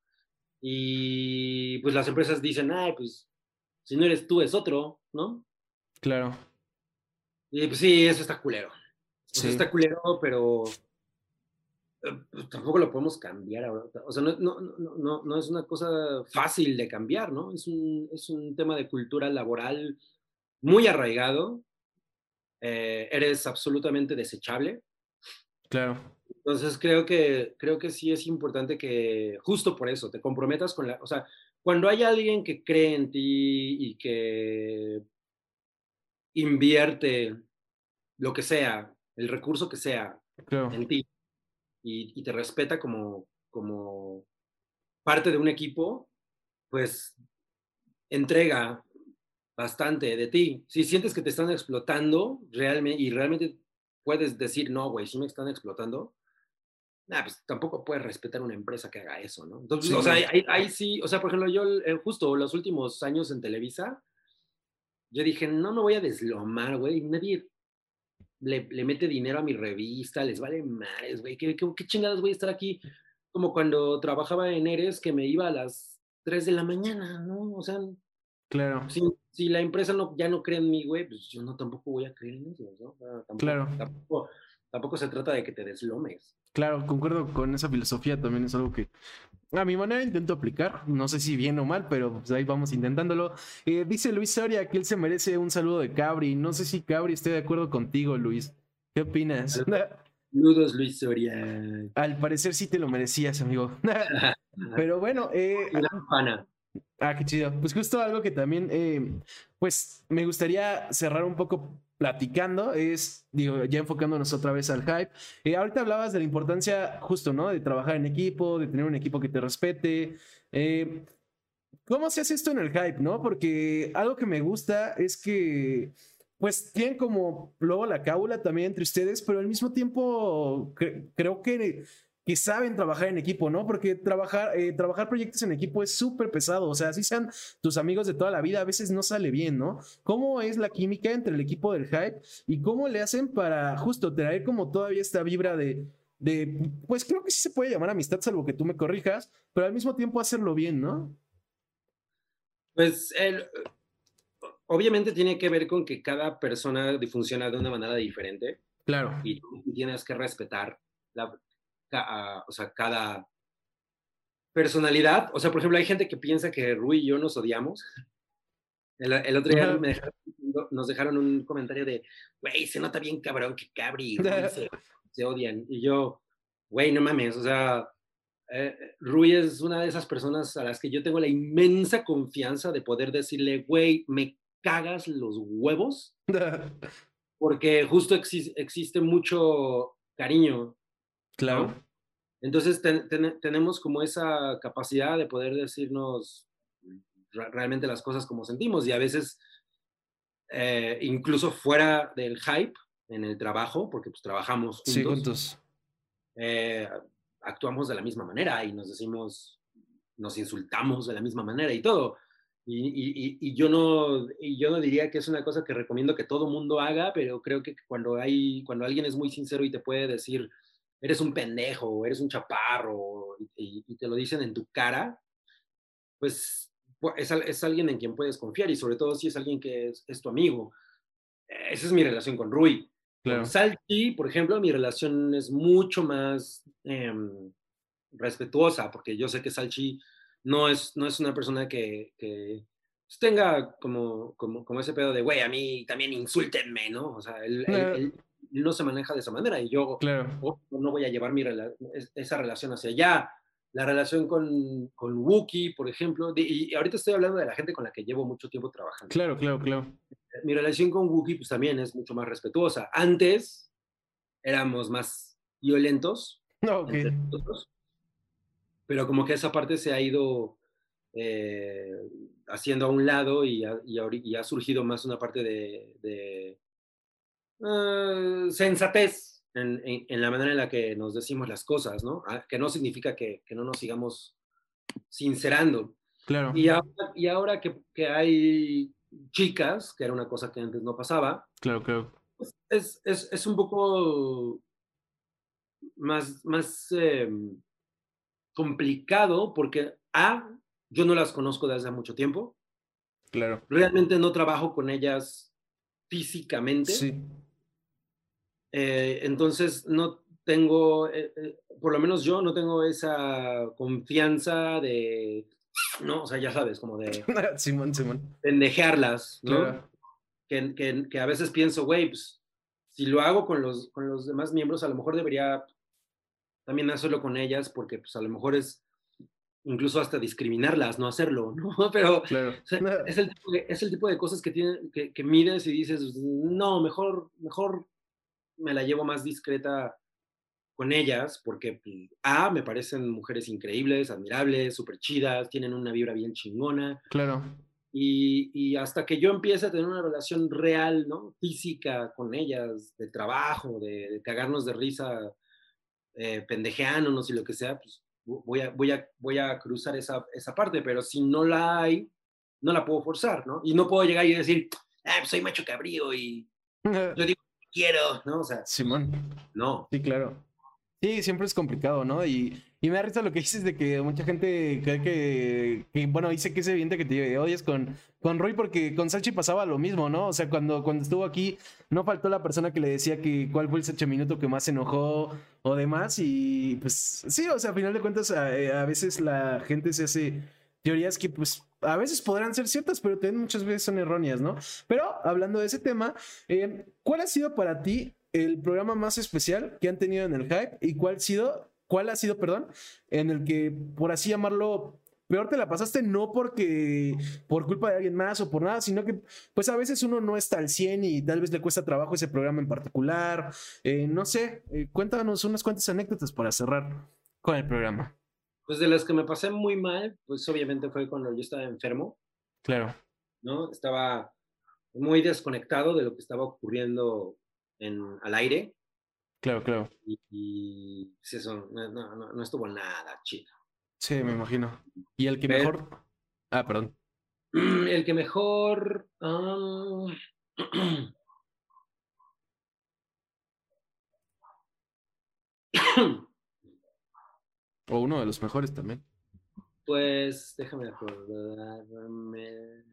y pues las empresas dicen, ay, pues si no eres tú es otro, ¿no? Claro. Y pues sí, eso está culero. O sea, Sí. está culero, pero eh, pues, tampoco lo podemos cambiar ahora. O sea, no, no, no, no, no es una cosa fácil de cambiar, ¿no? Es un, es un tema de cultura laboral muy arraigado. Eh, eres absolutamente desechable. Claro. Entonces creo que, creo que sí es importante que justo por eso te comprometas con la... O sea, cuando hay alguien que cree en ti y que invierte lo que sea, el recurso que sea Claro. en ti y, y te respeta como, como parte de un equipo, pues entrega bastante de ti. Si sientes que te están explotando realmente y realmente puedes decir, no, güey, si me están explotando, nah, pues tampoco puedes respetar una empresa que haga eso, ¿no? Entonces, Sí, o sea, no. ahí, ahí sí, o sea, por ejemplo, yo eh, justo los últimos años en Televisa, yo dije, no me voy a deslomar, güey, nadie le, le mete dinero a mi revista, les vale madres, güey, ¿qué, qué, qué chingadas voy a estar aquí? Como cuando trabajaba en Eres, que me iba a las tres de la mañana, ¿no? O sea, Claro. si, si la empresa no, ya no cree en mí, güey, pues yo no tampoco voy a creer en ellos, ¿no? O sea, tampoco, Claro. tampoco, tampoco se trata de que te deslomes. Claro, concuerdo con esa filosofía, también es algo que a mi manera intento aplicar, no sé si bien o mal, pero pues ahí vamos intentándolo. Eh, dice Luis Soria que él se merece un saludo de Cabri, no sé si Cabri esté de acuerdo contigo, Luis. ¿Qué opinas? Saludos, Luis Soria. Al parecer sí te lo merecías, amigo. Pero bueno, eh, Gran pana. ah, qué chido. Pues justo algo que también, eh, pues me gustaría cerrar un poco platicando es, digo, ya enfocándonos otra vez al hype. Eh, ahorita hablabas de la importancia justo, ¿no? De trabajar en equipo, de tener un equipo que te respete. Eh, ¿Cómo se hace esto en el hype, no? Porque algo que me gusta es que, pues, tienen como luego la cábula también entre ustedes, pero al mismo tiempo cre- creo que, que saben trabajar en equipo, ¿no? Porque trabajar, eh, trabajar proyectos en equipo es súper pesado, o sea, así sean tus amigos de toda la vida, a veces no sale bien, ¿no? ¿Cómo es la química entre el equipo del hype y cómo le hacen para justo traer como todavía esta vibra de... De, pues creo que sí se puede llamar amistad, salvo que tú me corrijas, pero al mismo tiempo hacerlo bien, ¿no? Pues el, obviamente tiene que ver con que cada persona funciona de una manera diferente Claro. y tú tienes que respetar la, ca, o sea, cada personalidad. O sea, por ejemplo, hay gente que piensa que Rui y yo nos odiamos. El, el otro día me dejaron, nos dejaron un comentario de, güey, se nota bien cabrón que Cabri y Rui se, se odian. Y yo, güey, no mames, o sea, eh, Rui es una de esas personas a las que yo tengo la inmensa confianza de poder decirle, güey, me cagas los huevos, porque justo exi existe mucho cariño, Claro, ¿no? Entonces ten, ten, tenemos como esa capacidad de poder decirnos realmente las cosas como sentimos y a veces eh, incluso fuera del hype en el trabajo, porque pues trabajamos Sí, juntos, juntos. eh, actuamos de la misma manera y nos decimos, nos insultamos de la misma manera y todo. Y, y, y, yo no, y yo no diría que es una cosa que recomiendo que todo mundo haga, pero creo que cuando, hay, cuando alguien es muy sincero y te puede decir, eres un pendejo, o eres un chaparro, y, y te lo dicen en tu cara, pues es, es alguien en quien puedes confiar y sobre todo si es alguien que es, es tu amigo. Esa es mi relación con Rui. Con Claro. Salchi, por ejemplo, mi relación es mucho más eh, respetuosa, porque yo sé que Salchi no es, no es una persona que, que pues, tenga como, como, como ese pedo de, güey, a mí también insúltenme, ¿no? O sea, él, él, Eh, él, él no se maneja de esa manera y yo claro. oh, no voy a llevar mi rela esa relación hacia allá. La relación con, con Wookie, por ejemplo, de, y ahorita estoy hablando de la gente con la que llevo mucho tiempo trabajando. Claro, claro, claro. Mi relación con Wookie pues también es mucho más respetuosa. Antes éramos más violentos No, ok. entre nosotros, pero como que esa parte se ha ido eh, haciendo a un lado y ha, y, y ha, surgido más una parte de, de uh, sensatez en, en, en, la manera en la que nos decimos las cosas, ¿no? Que no significa que, que no nos sigamos sincerando. Claro. Y ahora, y ahora que, que hay chicas, que era una cosa que antes no pasaba, Claro, claro. pues es, es, es un poco más, más eh, complicado porque A, yo no las conozco desde hace mucho tiempo, Claro. realmente no trabajo con ellas físicamente, Sí. eh, entonces no tengo, eh, eh, por lo menos yo no tengo esa confianza de, no, o sea, ya sabes, como de Simón, Simón. pendejearlas, ¿no? Claro. Que, que, que a veces pienso, güey, pues si lo hago con los, con los demás miembros, a lo mejor debería también hacerlo con ellas, porque pues a lo mejor es incluso hasta discriminarlas, no hacerlo, ¿no? Pero o Claro. sea, es, el tipo de, es el tipo de cosas que, tiene, que, que mides y dices, no, mejor, mejor me la llevo más discreta con ellas, porque pues, A, me parecen mujeres increíbles, admirables, súper chidas, tienen una vibra bien chingona, Claro. y, y, hasta que yo empiece a tener una relación real, ¿no? Física con ellas, de trabajo, de, de cagarnos de risa, eh, pendejeándonos y lo que sea, pues voy a, voy a, voy a cruzar esa, esa parte, pero si no la hay, no la puedo forzar, ¿no? Y no puedo llegar y decir, ah, pues soy macho cabrío y yo digo que quiero, ¿no? O sea, Simón. no. Sí, claro. Sí, siempre es complicado, ¿no? Y, y me da risa lo que dices de que mucha gente cree que, que bueno, dice que es evidente que te odias con, con Roy porque con Salchi pasaba lo mismo, ¿no? O sea, cuando, cuando estuvo aquí, no faltó la persona que le decía que cuál fue el Sacha minuto que más se enojó o demás. Y pues sí, o sea, a final de cuentas, a, a veces la gente se hace teorías que pues a veces podrán ser ciertas, pero también muchas veces son erróneas, ¿no? Pero hablando de ese tema, eh, ¿cuál ha sido para ti el programa más especial que han tenido en el Hype y cuál ha sido, cuál ha sido, perdón, en el que, por así llamarlo, peor te la pasaste, no porque por culpa de alguien más o por nada, sino que pues a veces uno no está al cien y tal vez le cuesta trabajo ese programa en particular? Eh, no sé, eh, cuéntanos unas cuantas anécdotas para cerrar con el programa. Pues de las que me pasé muy mal, pues obviamente fue cuando yo estaba enfermo, Claro, ¿no? Estaba muy desconectado de lo que estaba ocurriendo en, al aire claro, claro. y, y pues eso, no, no, no, no estuvo nada chido, Sí, me ¿no? imagino. Y el que Pero mejor... Ah, perdón. el que mejor... Uh, O uno de los mejores también. pues déjame acordarme.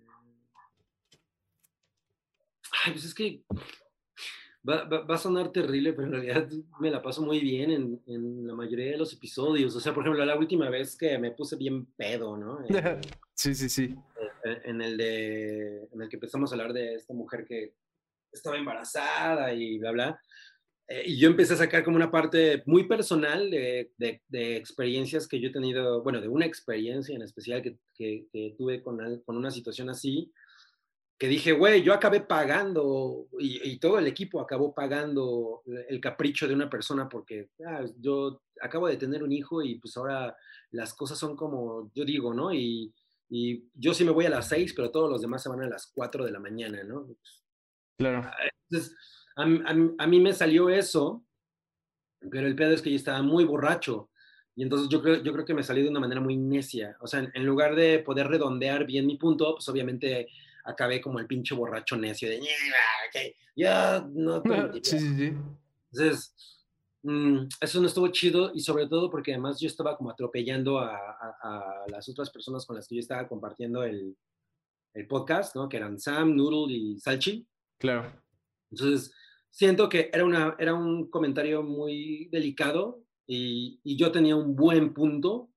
Ay, pues es que va, va, va, a sonar terrible, pero en realidad me la paso muy bien en, en, la mayoría de los episodios. O sea, por ejemplo, la última vez que me puse bien pedo, ¿no? En, Sí, sí, sí. en, el de, en el que empezamos a hablar de esta mujer que estaba embarazada y bla, bla. Eh, y yo empecé a sacar como una parte muy personal de, de, de, experiencias que yo he tenido, bueno, de una experiencia en especial que, que, que tuve con, con una situación así, que dije, güey, yo acabé pagando y, y, todo el equipo acabó pagando el capricho de una persona porque ah, yo acabo de tener un hijo y pues ahora las cosas son como yo digo, ¿no? Y, y yo sí me voy a las seis, pero todos los demás se van a las cuatro de la mañana, ¿no? Claro. Entonces, a, a, a mí me salió eso, pero el pedo es que yo estaba muy borracho. Y entonces yo creo, yo creo que me salió de una manera muy necia. O sea, en, en lugar de poder redondear bien mi punto, pues obviamente acabé como el pinche borracho necio de, que ya no te Sí, sí, sí. Entonces, mmm, eso no estuvo chido y sobre todo porque además yo estaba como atropellando a, a, a las otras personas con las que yo estaba compartiendo el, el podcast, ¿no? Que eran Sam, Noodle y Salchi. Claro. Entonces, siento que era, una, era un comentario muy delicado y, y yo tenía un buen punto,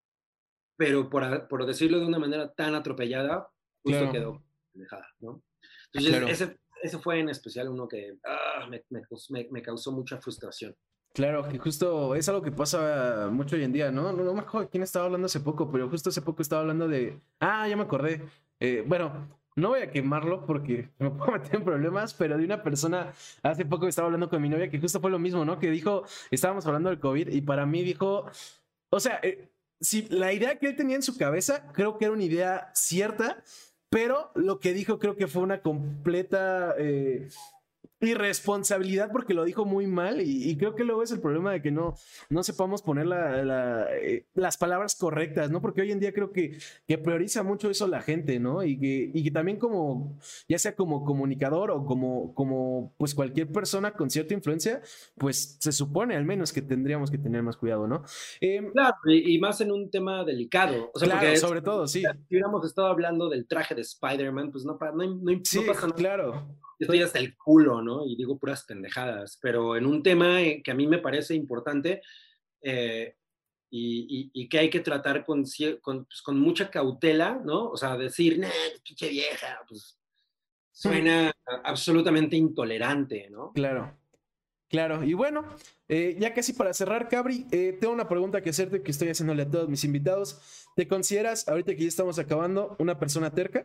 pero por, por decirlo de una manera tan atropellada, justo Claro. quedó dejada, ¿no? Entonces, Claro. ese, ese fue en especial uno que ah, me, me, me causó mucha frustración. Claro, que justo es algo que pasa mucho hoy en día, ¿no? No, no me acuerdo de quién estaba hablando hace poco, pero justo hace poco estaba hablando de... Ah, ya me acordé. Eh, bueno, no voy a quemarlo porque me puedo meter en problemas, pero de una persona hace poco estaba hablando con mi novia que justo fue lo mismo, ¿no? Que dijo, estábamos hablando del COVID y para mí dijo, o sea, eh, si la idea que él tenía en su cabeza, creo que era una idea cierta, pero lo que dijo creo que fue una completa... Eh, irresponsabilidad porque lo dijo muy mal y, y creo que luego es el problema de que no, no sepamos poner la, la, eh, las palabras correctas, ¿no? Porque hoy en día creo que, que prioriza mucho eso la gente, ¿no? Y que, y que también como, ya sea como comunicador o como, como pues cualquier persona con cierta influencia, pues se supone al menos que tendríamos que tener más cuidado, ¿no? Eh, claro, y, y, más en un tema delicado. O sea, claro, porque es, sobre todo, sí. si hubiéramos estado hablando del traje de Spider-Man, pues no, no, no, Sí, no pasa nada. claro. Estoy hasta el culo, ¿no? Y digo puras pendejadas, pero en un tema que a mí me parece importante eh, y, y, y, que hay que tratar con, con, pues, con mucha cautela, ¿no? O sea, decir, nah, pinche vieja, pues suena absolutamente intolerante, ¿no? Claro. Claro, y bueno, eh, ya casi para cerrar, Cabri, eh, tengo una pregunta que hacerte que estoy haciéndole a todos mis invitados. ¿Te consideras, ahorita que ya estamos acabando, una persona terca?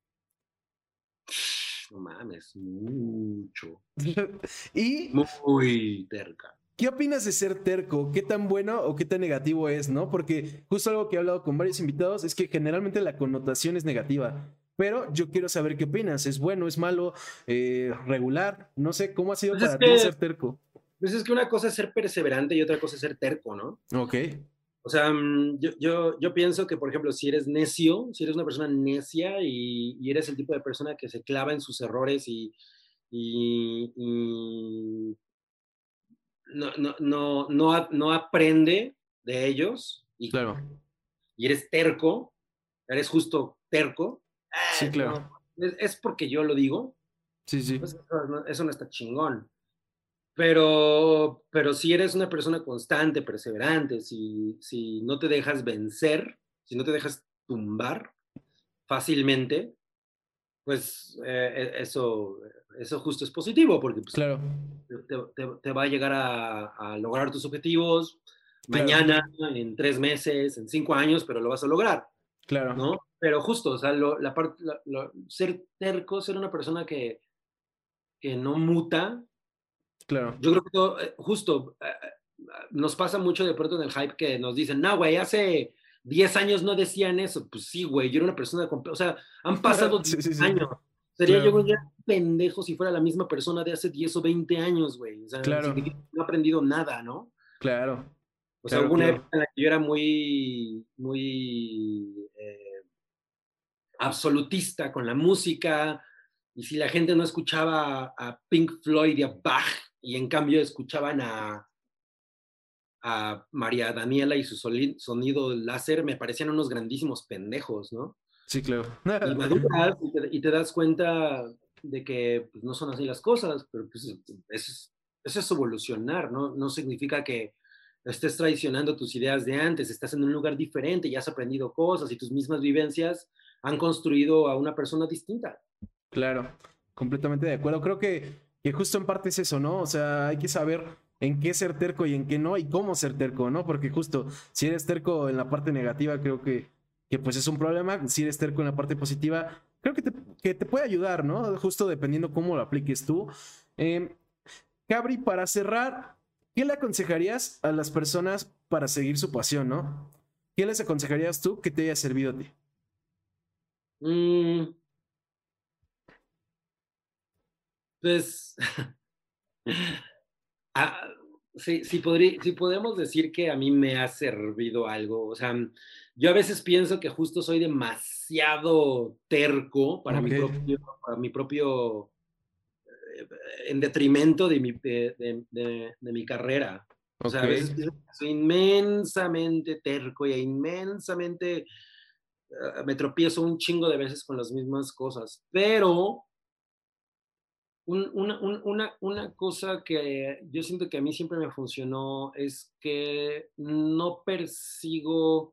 No mames, mucho. Y muy terca. ¿qué opinas de ser terco? ¿Qué tan bueno o qué tan negativo es, no? Porque justo algo que he hablado con varios invitados es que generalmente la connotación es negativa. Pero yo quiero saber qué opinas. ¿Es bueno, es malo, eh, regular? No sé, ¿cómo ha sido Pues para es ti que, ser terco? pues es que una cosa es ser perseverante y otra cosa es ser terco, ¿no? Ok. O sea, yo, yo, yo pienso que, por ejemplo, si eres necio, si eres una persona necia y, y eres el tipo de persona que se clava en sus errores y, y, y no, no, no, no, no aprende de ellos y, Claro. y eres terco, eres justo terco, Sí, eh, claro. no, es, es porque yo lo digo, Sí, sí. pues eso, no, eso no está chingón. Pero, pero si eres una persona constante, perseverante, si, si no te dejas vencer, si no te dejas tumbar fácilmente, pues eh, eso, eso justo es positivo, porque pues, Claro. te, te, te, va a llegar a, a lograr tus objetivos Claro. mañana, en tres meses, en cinco años, pero lo vas a lograr, Claro. ¿no? Pero justo, o sea, lo, la parte, la, lo, ser terco, ser una persona que, que no muta. Claro. Yo creo que todo, eh, justo eh, nos pasa mucho de pronto en el hype que nos dicen, no, güey, hace diez años no decían eso. Pues sí, güey, yo era una persona, con, o sea, han pasado Sí, diez sí, sí. años. Sería yo Claro. un pendejo si fuera la misma persona de hace diez o veinte años, güey. O sea, Claro. significa que no he aprendido nada, ¿no? Claro. O sea, Claro, hubo una claro. época en la que yo era muy, muy eh, absolutista con la música, y si la gente no escuchaba a Pink Floyd y a Bach, y en cambio escuchaban a, a María Daniela y su sonido láser, me parecían unos grandísimos pendejos, ¿no? Sí, claro. Y maduras y te, y te das cuenta de que pues, no son así las cosas, pero pues eso es, eso es evolucionar, ¿no? No significa que estés traicionando tus ideas de antes, estás en un lugar diferente y has aprendido cosas y tus mismas vivencias han construido a una persona distinta. Claro, completamente de acuerdo. Creo que, que justo en parte es eso, ¿no? O sea, hay que saber en qué ser terco y en qué no, y cómo ser terco, ¿no? Porque justo si eres terco en la parte negativa, creo que, que pues es un problema. Si eres terco en la parte positiva, creo que te, que te puede ayudar, ¿no? Justo dependiendo cómo lo apliques tú. Eh, Cabri, para cerrar, ¿qué le aconsejarías a las personas para seguir su pasión, ¿no? ¿Qué les aconsejarías tú que te haya servido a ti? Mm, pues, ah, sí, sí, podrí- sí podemos decir que a mí me ha servido algo. O sea, yo a veces pienso que justo soy demasiado terco para Ok, mi propio, para mi propio, eh, en detrimento de mi, de, de- de- de mi carrera. O sea, ok. a veces pienso que soy inmensamente terco y inmensamente, eh, me tropiezo un chingo de veces con las mismas cosas, pero un- una, un- una, una cosa que yo siento que a mí siempre me funcionó es que no persigo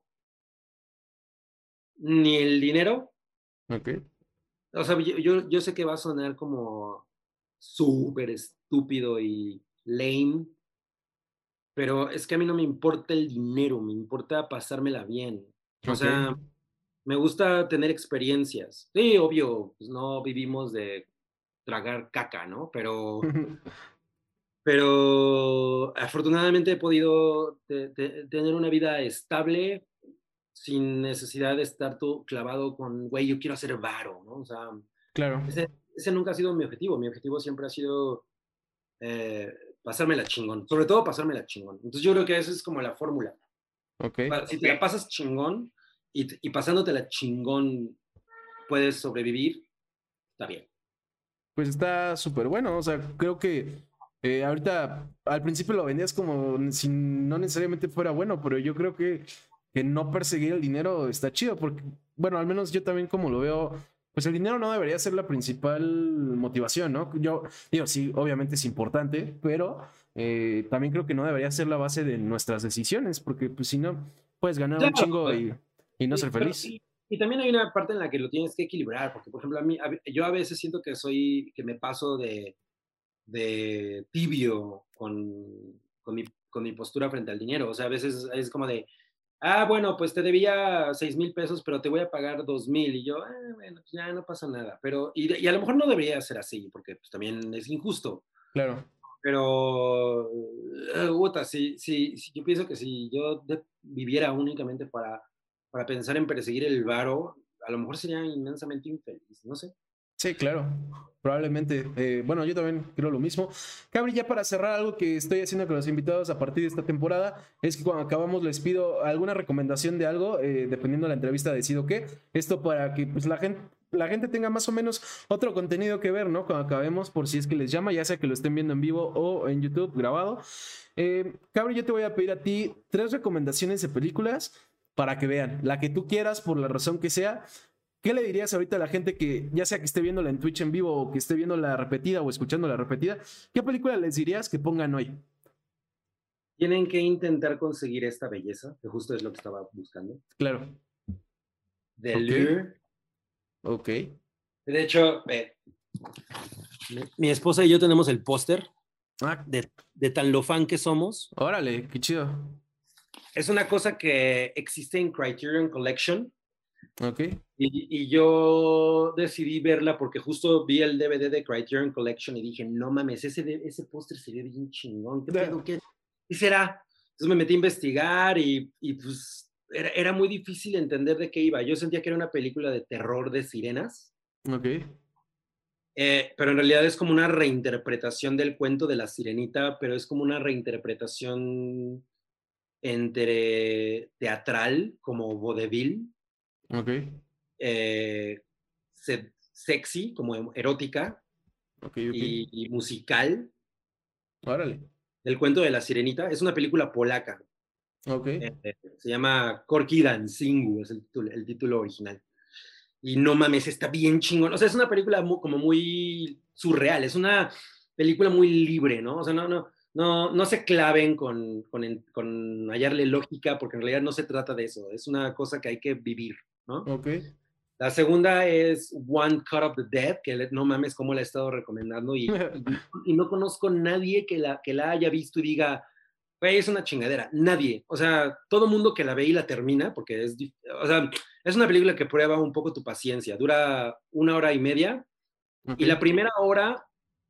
ni el dinero. Ok. O sea, yo, yo, yo sé que va a sonar como súper estúpido y lame, pero es que a mí no me importa el dinero, me importa pasármela bien. O Ok. sea, me gusta tener experiencias. Sí, obvio, pues no vivimos de tragar caca, ¿no? Pero Pero afortunadamente he podido te- te- tener una vida estable sin necesidad de estar todo clavado con, güey, yo quiero hacer varo, ¿no? O sea, Claro. ese, ese nunca ha sido mi objetivo. Mi objetivo siempre ha sido eh, pasármela chingón, sobre todo pasármela chingón. Entonces yo creo que esa es como la fórmula. Ok. Pa- Si te la pasas chingón y, y pasándotela chingón puedes sobrevivir, está bien. Pues está súper bueno. O sea, creo que eh, ahorita al principio lo vendías como si no necesariamente fuera bueno, pero yo creo que, que no perseguir el dinero está chido, porque, bueno, al menos yo también como lo veo, pues el dinero no debería ser la principal motivación, ¿no? Yo digo, sí, obviamente es importante, pero eh, también creo que no debería ser la base de nuestras decisiones, porque pues si no, puedes ganar un Claro, chingo y, y no ser y, pero- feliz. y- y también hay una parte en la que lo tienes que equilibrar, porque por ejemplo, a mí, a ve- yo a veces siento que soy, que me paso de, de tibio con, con mi, con mi postura frente al dinero. O sea, a veces es como de, ah, bueno, pues te debía seis mil pesos, pero te voy a pagar dos mil. Y yo, ah, bueno, pues ya no pasa nada. Pero, y, de- y a lo mejor no debería ser así, porque pues, también es injusto. Claro. Pero, eh, puta, sí, sí, sí, yo pienso que si yo de- viviera únicamente para, para pensar en perseguir el varo, a lo mejor sería inmensamente infeliz, no sé. Sí, claro, probablemente. Eh, bueno, yo también creo lo mismo. Cabri, ya para cerrar, algo que estoy haciendo con los invitados a partir de esta temporada es que cuando acabamos les pido alguna recomendación de algo, eh, dependiendo de la entrevista decido qué. Esto para que pues, la gente, la gente tenga más o menos otro contenido que ver, ¿no? Cuando acabemos, por si es que les llama, ya sea que lo estén viendo en vivo o en YouTube grabado. Eh, Cabri, yo te voy a pedir a ti tres recomendaciones de películas para que vean, la que tú quieras, por la razón que sea. ¿Qué le dirías ahorita a la gente que, ya sea que esté viéndola en Twitch en vivo o que esté viendo la repetida o escuchando la repetida? ¿Qué película les dirías que pongan hoy? Tienen que intentar conseguir esta belleza, que justo es lo que estaba buscando. Claro. The Ok. Lure. Ok. De hecho, eh, mi, mi esposa y yo tenemos el póster Ah, de, de tan lo fan que somos. órale, qué chido. Es una cosa que existe en Criterion Collection. Ok. Y, y yo decidí verla porque justo vi el D V D de Criterion Collection y dije, no mames, ese, de- ese póster se ve bien chingón, ¿qué pedo? ¿Qué, qué será? Entonces me metí a investigar y, y pues era, era muy difícil entender de qué iba. Yo sentía que era una película de terror de sirenas, Ok. eh, pero en realidad es como una reinterpretación del cuento de la sirenita, pero es como una reinterpretación entre teatral, como vodevil, Ok. eh, se- sexy, como erótica, Ok. Ok. y, y musical Órale. del cuento de la sirenita. Es una película polaca. Ok. Eh, se llama Corki Dancingu, es el título, el título original. Y no mames, está bien chingón. O sea, es una película muy, como muy surreal, es una película muy libre, ¿no? O sea, no, no, no, no se claven con, con, con hallarle lógica, porque en realidad no se trata de eso. Es una cosa que hay que vivir, ¿no? Ok. La segunda es One Cut of the Dead, que no mames cómo la he estado recomendando y, y, y no conozco a nadie que la, que la haya visto y diga, güey, es una chingadera. Nadie. O sea, todo mundo que la ve y la termina, porque es, o sea, es una película que prueba un poco tu paciencia. Dura una hora y media Ok. y la primera hora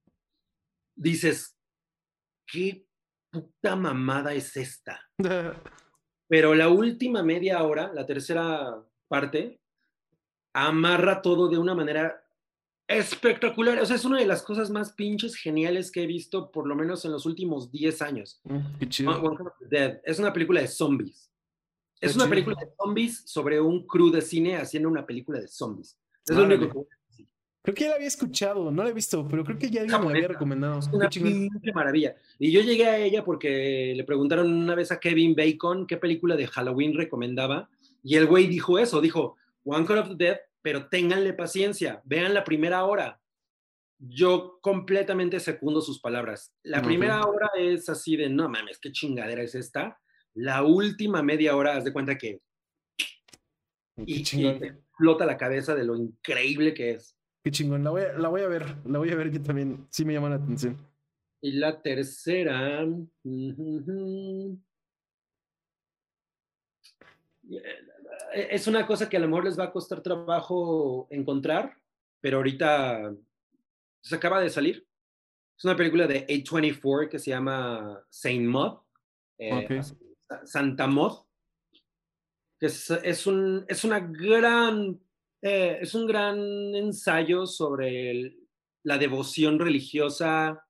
dices, ¿qué puta mamada es esta? Pero la última media hora, la tercera parte, amarra todo de una manera espectacular. O sea, es una de las cosas más pinches geniales que he visto, por lo menos en los últimos diez años. Mm, qué One chido. One Cut of the Dead es una película de zombies. Qué Es una chido. película de zombies sobre un crew de cine haciendo una película de zombies. Es lo único Órale. que voy a decir. Creo que ya la había escuchado, no la he visto, pero creo que ya alguien me la había Japonesa. Es recomendado. Qué una chingón. pinche maravilla. Y yo llegué a ella porque le preguntaron una vez a Kevin Bacon qué película de Halloween recomendaba. Y el güey dijo eso, dijo One Cut of the Dead, pero ténganle paciencia, vean la primera hora. Yo completamente secundo sus palabras. La Ok. primera hora es así de, no mames, qué chingadera es esta. La última media hora, haz de cuenta que Qué y, y te chingón. explota la cabeza de lo increíble que es. Qué chingón. La voy a, la voy a ver. La voy a ver, yo también. Sí me llama la atención. Y la tercera, uh -huh, es una cosa que a lo mejor les va a costar trabajo encontrar, pero ahorita se acaba de salir. Es una película de A veinticuatro que se llama Saint Maud, eh, Ok. Santa Maud, que es, es, un, es una gran, eh, es un gran ensayo sobre el, la devoción religiosa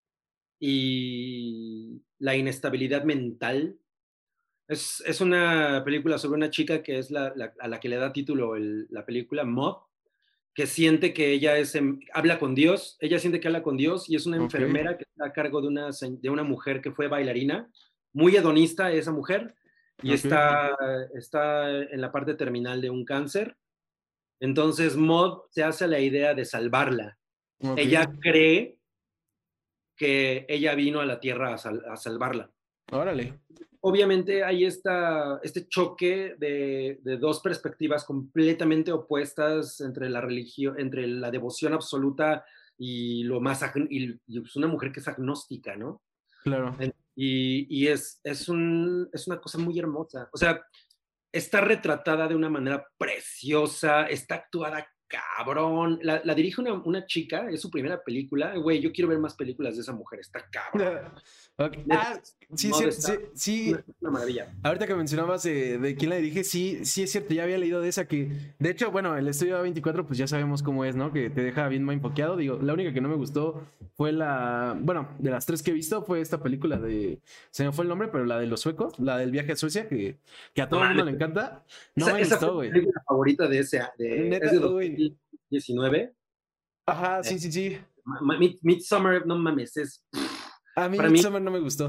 y la inestabilidad mental. Es, es una película sobre una chica que es la, la, a la que le da título el, la película Maud, que siente que ella es, habla con Dios, ella siente que habla con Dios y es una Ok. enfermera que está a cargo de una, de una mujer que fue bailarina, muy hedonista esa mujer, y Ok. está, está en la parte terminal de un cáncer. Entonces Maud se hace la idea de salvarla. Ok. Ella cree que ella vino a la tierra a, sal, a salvarla. Órale. Obviamente hay esta, este choque de, de, dos perspectivas completamente opuestas entre la religión, entre la devoción absoluta y lo más y, y pues una mujer que es agnóstica, ¿no? Claro. Y, y es, es, un, es una cosa muy hermosa. O sea, está retratada de una manera preciosa, está actuada cabrón. La, la dirige una, una chica, es su primera película. Güey, yo quiero ver más películas de esa mujer, está cabrón. Okay. Neta, Ah, sí, no sí, está sí, sí. una, una maravilla. Ahorita que mencionabas de, de quién la dirige, sí, sí es cierto, ya había leído de esa que, de hecho, bueno, el estudio A veinticuatro, pues ya sabemos cómo es, ¿no? Que te deja bien enfoqueado. Digo, la única que no me gustó fue la, bueno, de las tres que he visto fue esta película de, se me fue el nombre, pero la de los suecos, la del viaje a Suecia, que, que a todo No, el mundo le encanta. No esa, me esa fue gustó, mi güey. película favorita de ese, de, es Neta, de uy. dos mil diecinueve. Ajá, Eh, sí, sí, sí. Mid, Midsommar, no mames, es A mí para mí. Midsommar no me gustó.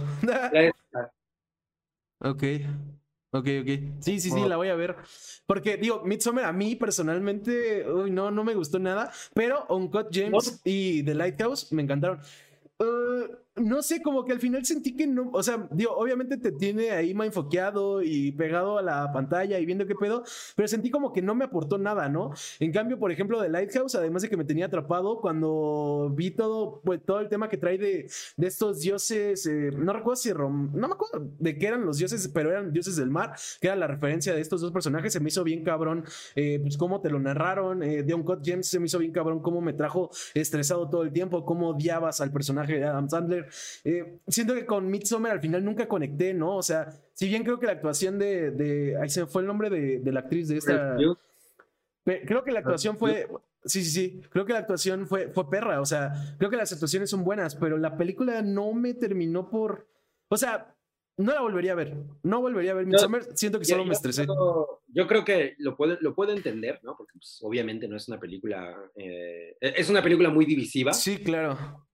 Ok. Ok, ok. Sí, sí, sí, la voy a ver. Porque, digo, Midsommar a mí personalmente, uy, no, no me gustó nada. Pero Uncut Gems y The Lighthouse me encantaron. Uh, no sé, como que al final sentí que no, o sea, digo, obviamente te tiene ahí más enfoqueado y pegado a la pantalla y viendo qué pedo, pero sentí como que no me aportó nada, ¿no? En cambio, por ejemplo, de Lighthouse, además de que me tenía atrapado, cuando vi todo, pues, todo el tema que trae de, de estos dioses, eh, no recuerdo si, rom, no me acuerdo de qué eran los dioses, pero eran dioses del mar, que era la referencia de estos dos personajes, se me hizo bien cabrón, eh, pues cómo te lo narraron, eh, de Uncut Gems se me hizo bien cabrón, cómo me trajo estresado todo el tiempo, cómo odiabas al personaje de Adam Sandler. Eh, siento que con Midsommar al final nunca conecté, ¿no? O sea, si bien creo que la actuación de. de ahí se me fue el nombre de, de la actriz de esta. Creo que la actuación fue. Sí, sí, sí. Creo que la actuación fue, fue perra. O sea, creo que las actuaciones son buenas, pero la película no me terminó por. O sea, no la volvería a ver. No volvería a ver Midsommar. Siento que Yo, solo yo, me estresé. yo, yo creo que lo puedo, lo puedo entender, ¿no? Porque pues, obviamente no es una película. Eh, es una película muy divisiva. Sí, claro.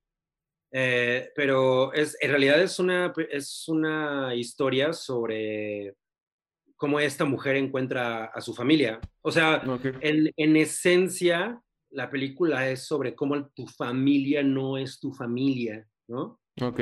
Eh, pero es, en realidad es una, es una historia sobre cómo esta mujer encuentra a su familia. O sea, Okay. en, en esencia, la película es sobre cómo tu familia no es tu familia, ¿no? Ok.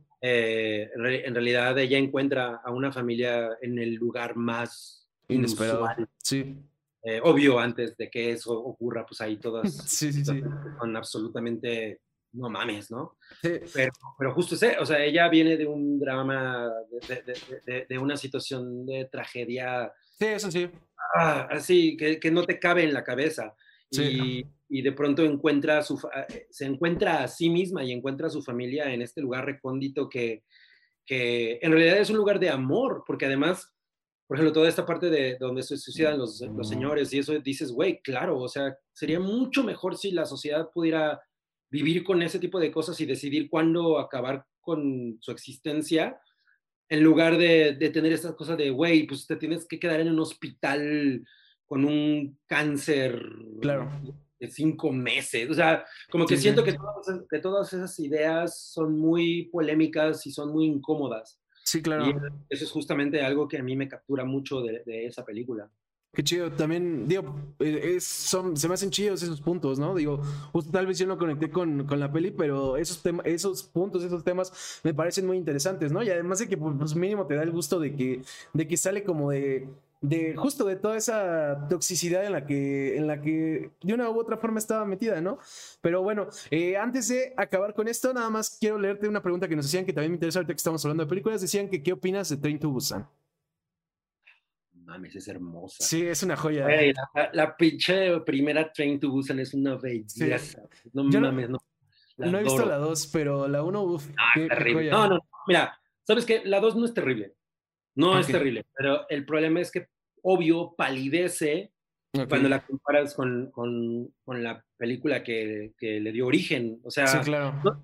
Eh, en, re, en realidad ella encuentra a una familia en el lugar más Inesperado. inusual. Sí. Eh, obvio, antes de que eso ocurra, pues hay todas Sí, sí, sí. son absolutamente, no mames, ¿no? Sí. Pero, pero justo ese, o sea, ella viene de un drama, de, de, de, de una situación de tragedia. Sí, eso sí. Ah, así, que, que no te cabe en la cabeza. Sí. Y, y de pronto encuentra su, se encuentra a sí misma y encuentra a su familia en este lugar recóndito que, que en realidad es un lugar de amor, porque además por ejemplo, toda esta parte de donde se suicidan los, los señores y eso, dices, güey, claro, o sea, sería mucho mejor si la sociedad pudiera vivir con ese tipo de cosas y decidir cuándo acabar con su existencia, en lugar de, de tener estas cosas de, güey, pues te tienes que quedar en un hospital con un cáncer Claro. de cinco meses. O sea, como que Sí, siento sí. que todas, que todas esas ideas son muy polémicas y son muy incómodas. Sí, Y claro. eso es justamente algo que a mí me captura mucho de, de esa película. Qué chido, también, digo, eh, es, son, se me hacen chidos esos puntos, ¿no? Digo, justo tal vez yo no conecté con, con la peli, pero esos, tema, esos puntos, esos temas me parecen muy interesantes, ¿no? Y además de que, pues mínimo te da el gusto de que, de que sale como de, de justo de toda esa toxicidad en la que, en la que de una u otra forma estaba metida, ¿no? Pero bueno, eh, antes de acabar con esto, nada más quiero leerte una pregunta que nos hacían, que también me interesa ahorita que estamos hablando de películas, decían que ¿qué opinas de Train to Busan? Mames, es hermosa. Sí, es una joya. Güey, la, la pinche primera Train to Busan es una Sí. belleza. No Yo no, mames, no. La no he visto adoro. la dos, pero la uno, uff, Ah, es qué, qué terrible. joya. No, no, mira, ¿sabes qué? La dos no es terrible. No Ok, es terrible, pero el problema es que, obvio, palidece ok. cuando la comparas con, con, con la película que, que, le dio origen. O Sí, sea, claro. no,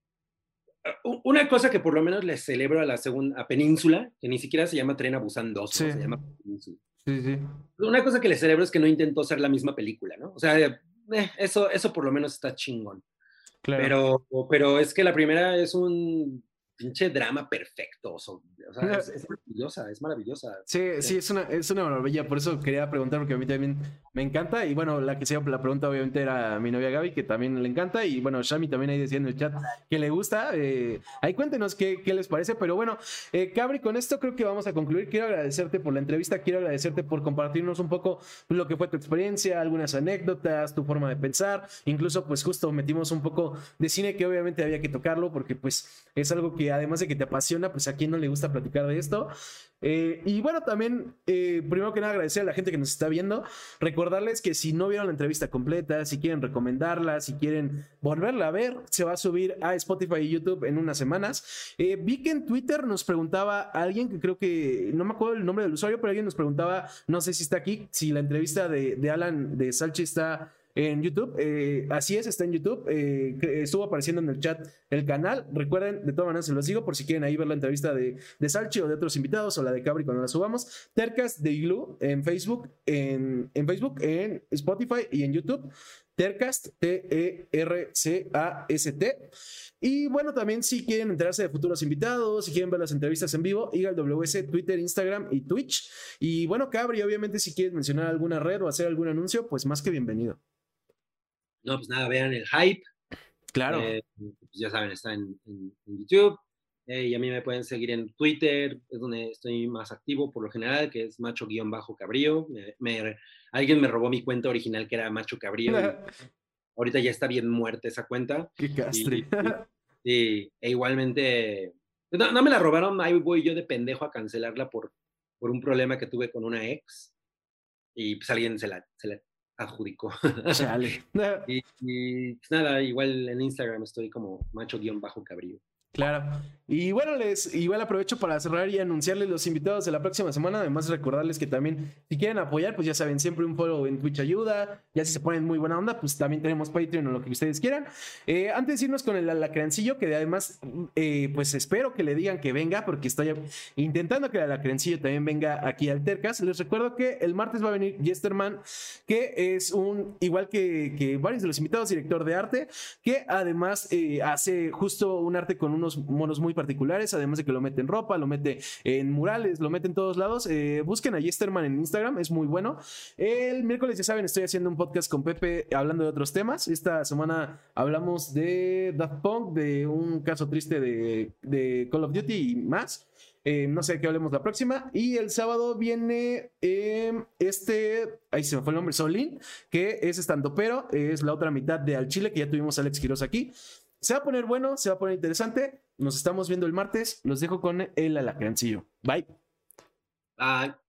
una cosa que por lo menos le celebro a la segunda, a Península, que ni siquiera se llama Tren a Busan dos, Sí, ¿no? Se llama Península. sí, sí. Una cosa que le celebro es que no intentó ser la misma película, ¿no? O sea, eh, eso, eso por lo menos está chingón. Claro. Pero, pero es que la primera es un pinche drama perfecto. O sea, es, es maravillosa, es maravillosa. Sí, sí, es una, es una maravilla, por eso quería preguntar, porque a mí también me encanta, y bueno, la que sea la pregunta obviamente era mi novia Gaby, que también le encanta, y bueno, Shami también ahí decía en el chat que le gusta, eh, ahí cuéntenos qué, qué les parece, pero bueno, eh, Cabri, con esto creo que vamos a concluir. Quiero agradecerte por la entrevista, quiero agradecerte por compartirnos un poco lo que fue tu experiencia, algunas anécdotas, tu forma de pensar, incluso pues justo metimos un poco de cine que obviamente había que tocarlo, porque pues es algo que además de que te apasiona, pues a quien no le gusta platicar de esto. Eh, y bueno, también, eh, primero que nada, agradecer a la gente que nos está viendo. Recordarles que si no vieron la entrevista completa, si quieren recomendarla, si quieren volverla a ver, se va a subir a Spotify y YouTube en unas semanas. Eh, vi que en Twitter nos preguntaba alguien, que creo que no me acuerdo el nombre del usuario, pero alguien nos preguntaba, no sé si está aquí, si la entrevista de, de Alan de Salchi está en YouTube. Eh, así es, está en YouTube. Eh, estuvo apareciendo en el chat el canal. Recuerden, de todas maneras se los digo, por si quieren ahí ver la entrevista de, de Salchi o de otros invitados, o la de Cabri cuando la subamos. Tercas de Igloo en Facebook, en, en Facebook, en Spotify y en YouTube. Tercast, T E R C A S T. Y bueno, también si quieren enterarse de futuros invitados, si quieren ver las entrevistas en vivo, I G A L W S, Twitter, Instagram y Twitch. Y bueno, Cabri, obviamente si quieres mencionar alguna red o hacer algún anuncio, pues más que bienvenido. No, pues nada, vean el hype. Claro. Eh, pues ya saben, está en, en, en YouTube. Eh, y a mí me pueden seguir en Twitter, es donde estoy más activo por lo general, que es macho-cabrío. Me, me, alguien me robó mi cuenta original, que era Macho Cabrío, y ahorita ya está bien muerta esa cuenta. Qué castre. Y, y, y, e igualmente, no, no me la robaron, ahí voy yo de pendejo a cancelarla por, por un problema que tuve con una ex. Y pues alguien se la, se la adjudicó. Chale. y, y pues nada, igual en Instagram estoy como macho-cabrío. Claro. Y bueno, les igual aprovecho para cerrar y anunciarles los invitados de la próxima semana. Además, recordarles que también, si quieren apoyar, pues ya saben, siempre un follow en Twitch ayuda. Ya si se ponen muy buena onda, pues también tenemos Patreon o lo que ustedes quieran. Eh, antes de irnos con el alacrancillo, que además, eh, pues espero que le digan que venga, porque estoy intentando que el alacrancillo también venga aquí al Tercas. Les recuerdo que el martes va a venir Yesterman, que es un, igual que, que varios de los invitados, director de arte, que además eh, hace justo un arte con unos monos muy particulares, además de que lo mete en ropa, lo mete en murales, lo mete en todos lados. Eh, busquen a Yesterman en Instagram, es muy bueno. El miércoles, ya saben, estoy haciendo un podcast con Pepe hablando de otros temas. Esta semana hablamos de Daft Punk, de un caso triste de, de Call of Duty y más. Eh, no sé de qué hablemos la próxima. Y el sábado viene eh, este, ahí se me fue el nombre, Solín, que es estandopero, es la otra mitad de Al Chile, que ya tuvimos a Alex Quiroz aquí. Se va a poner bueno, se va a poner interesante. Nos estamos viendo el martes. Los dejo con el alacrancillo. Bye. Bye.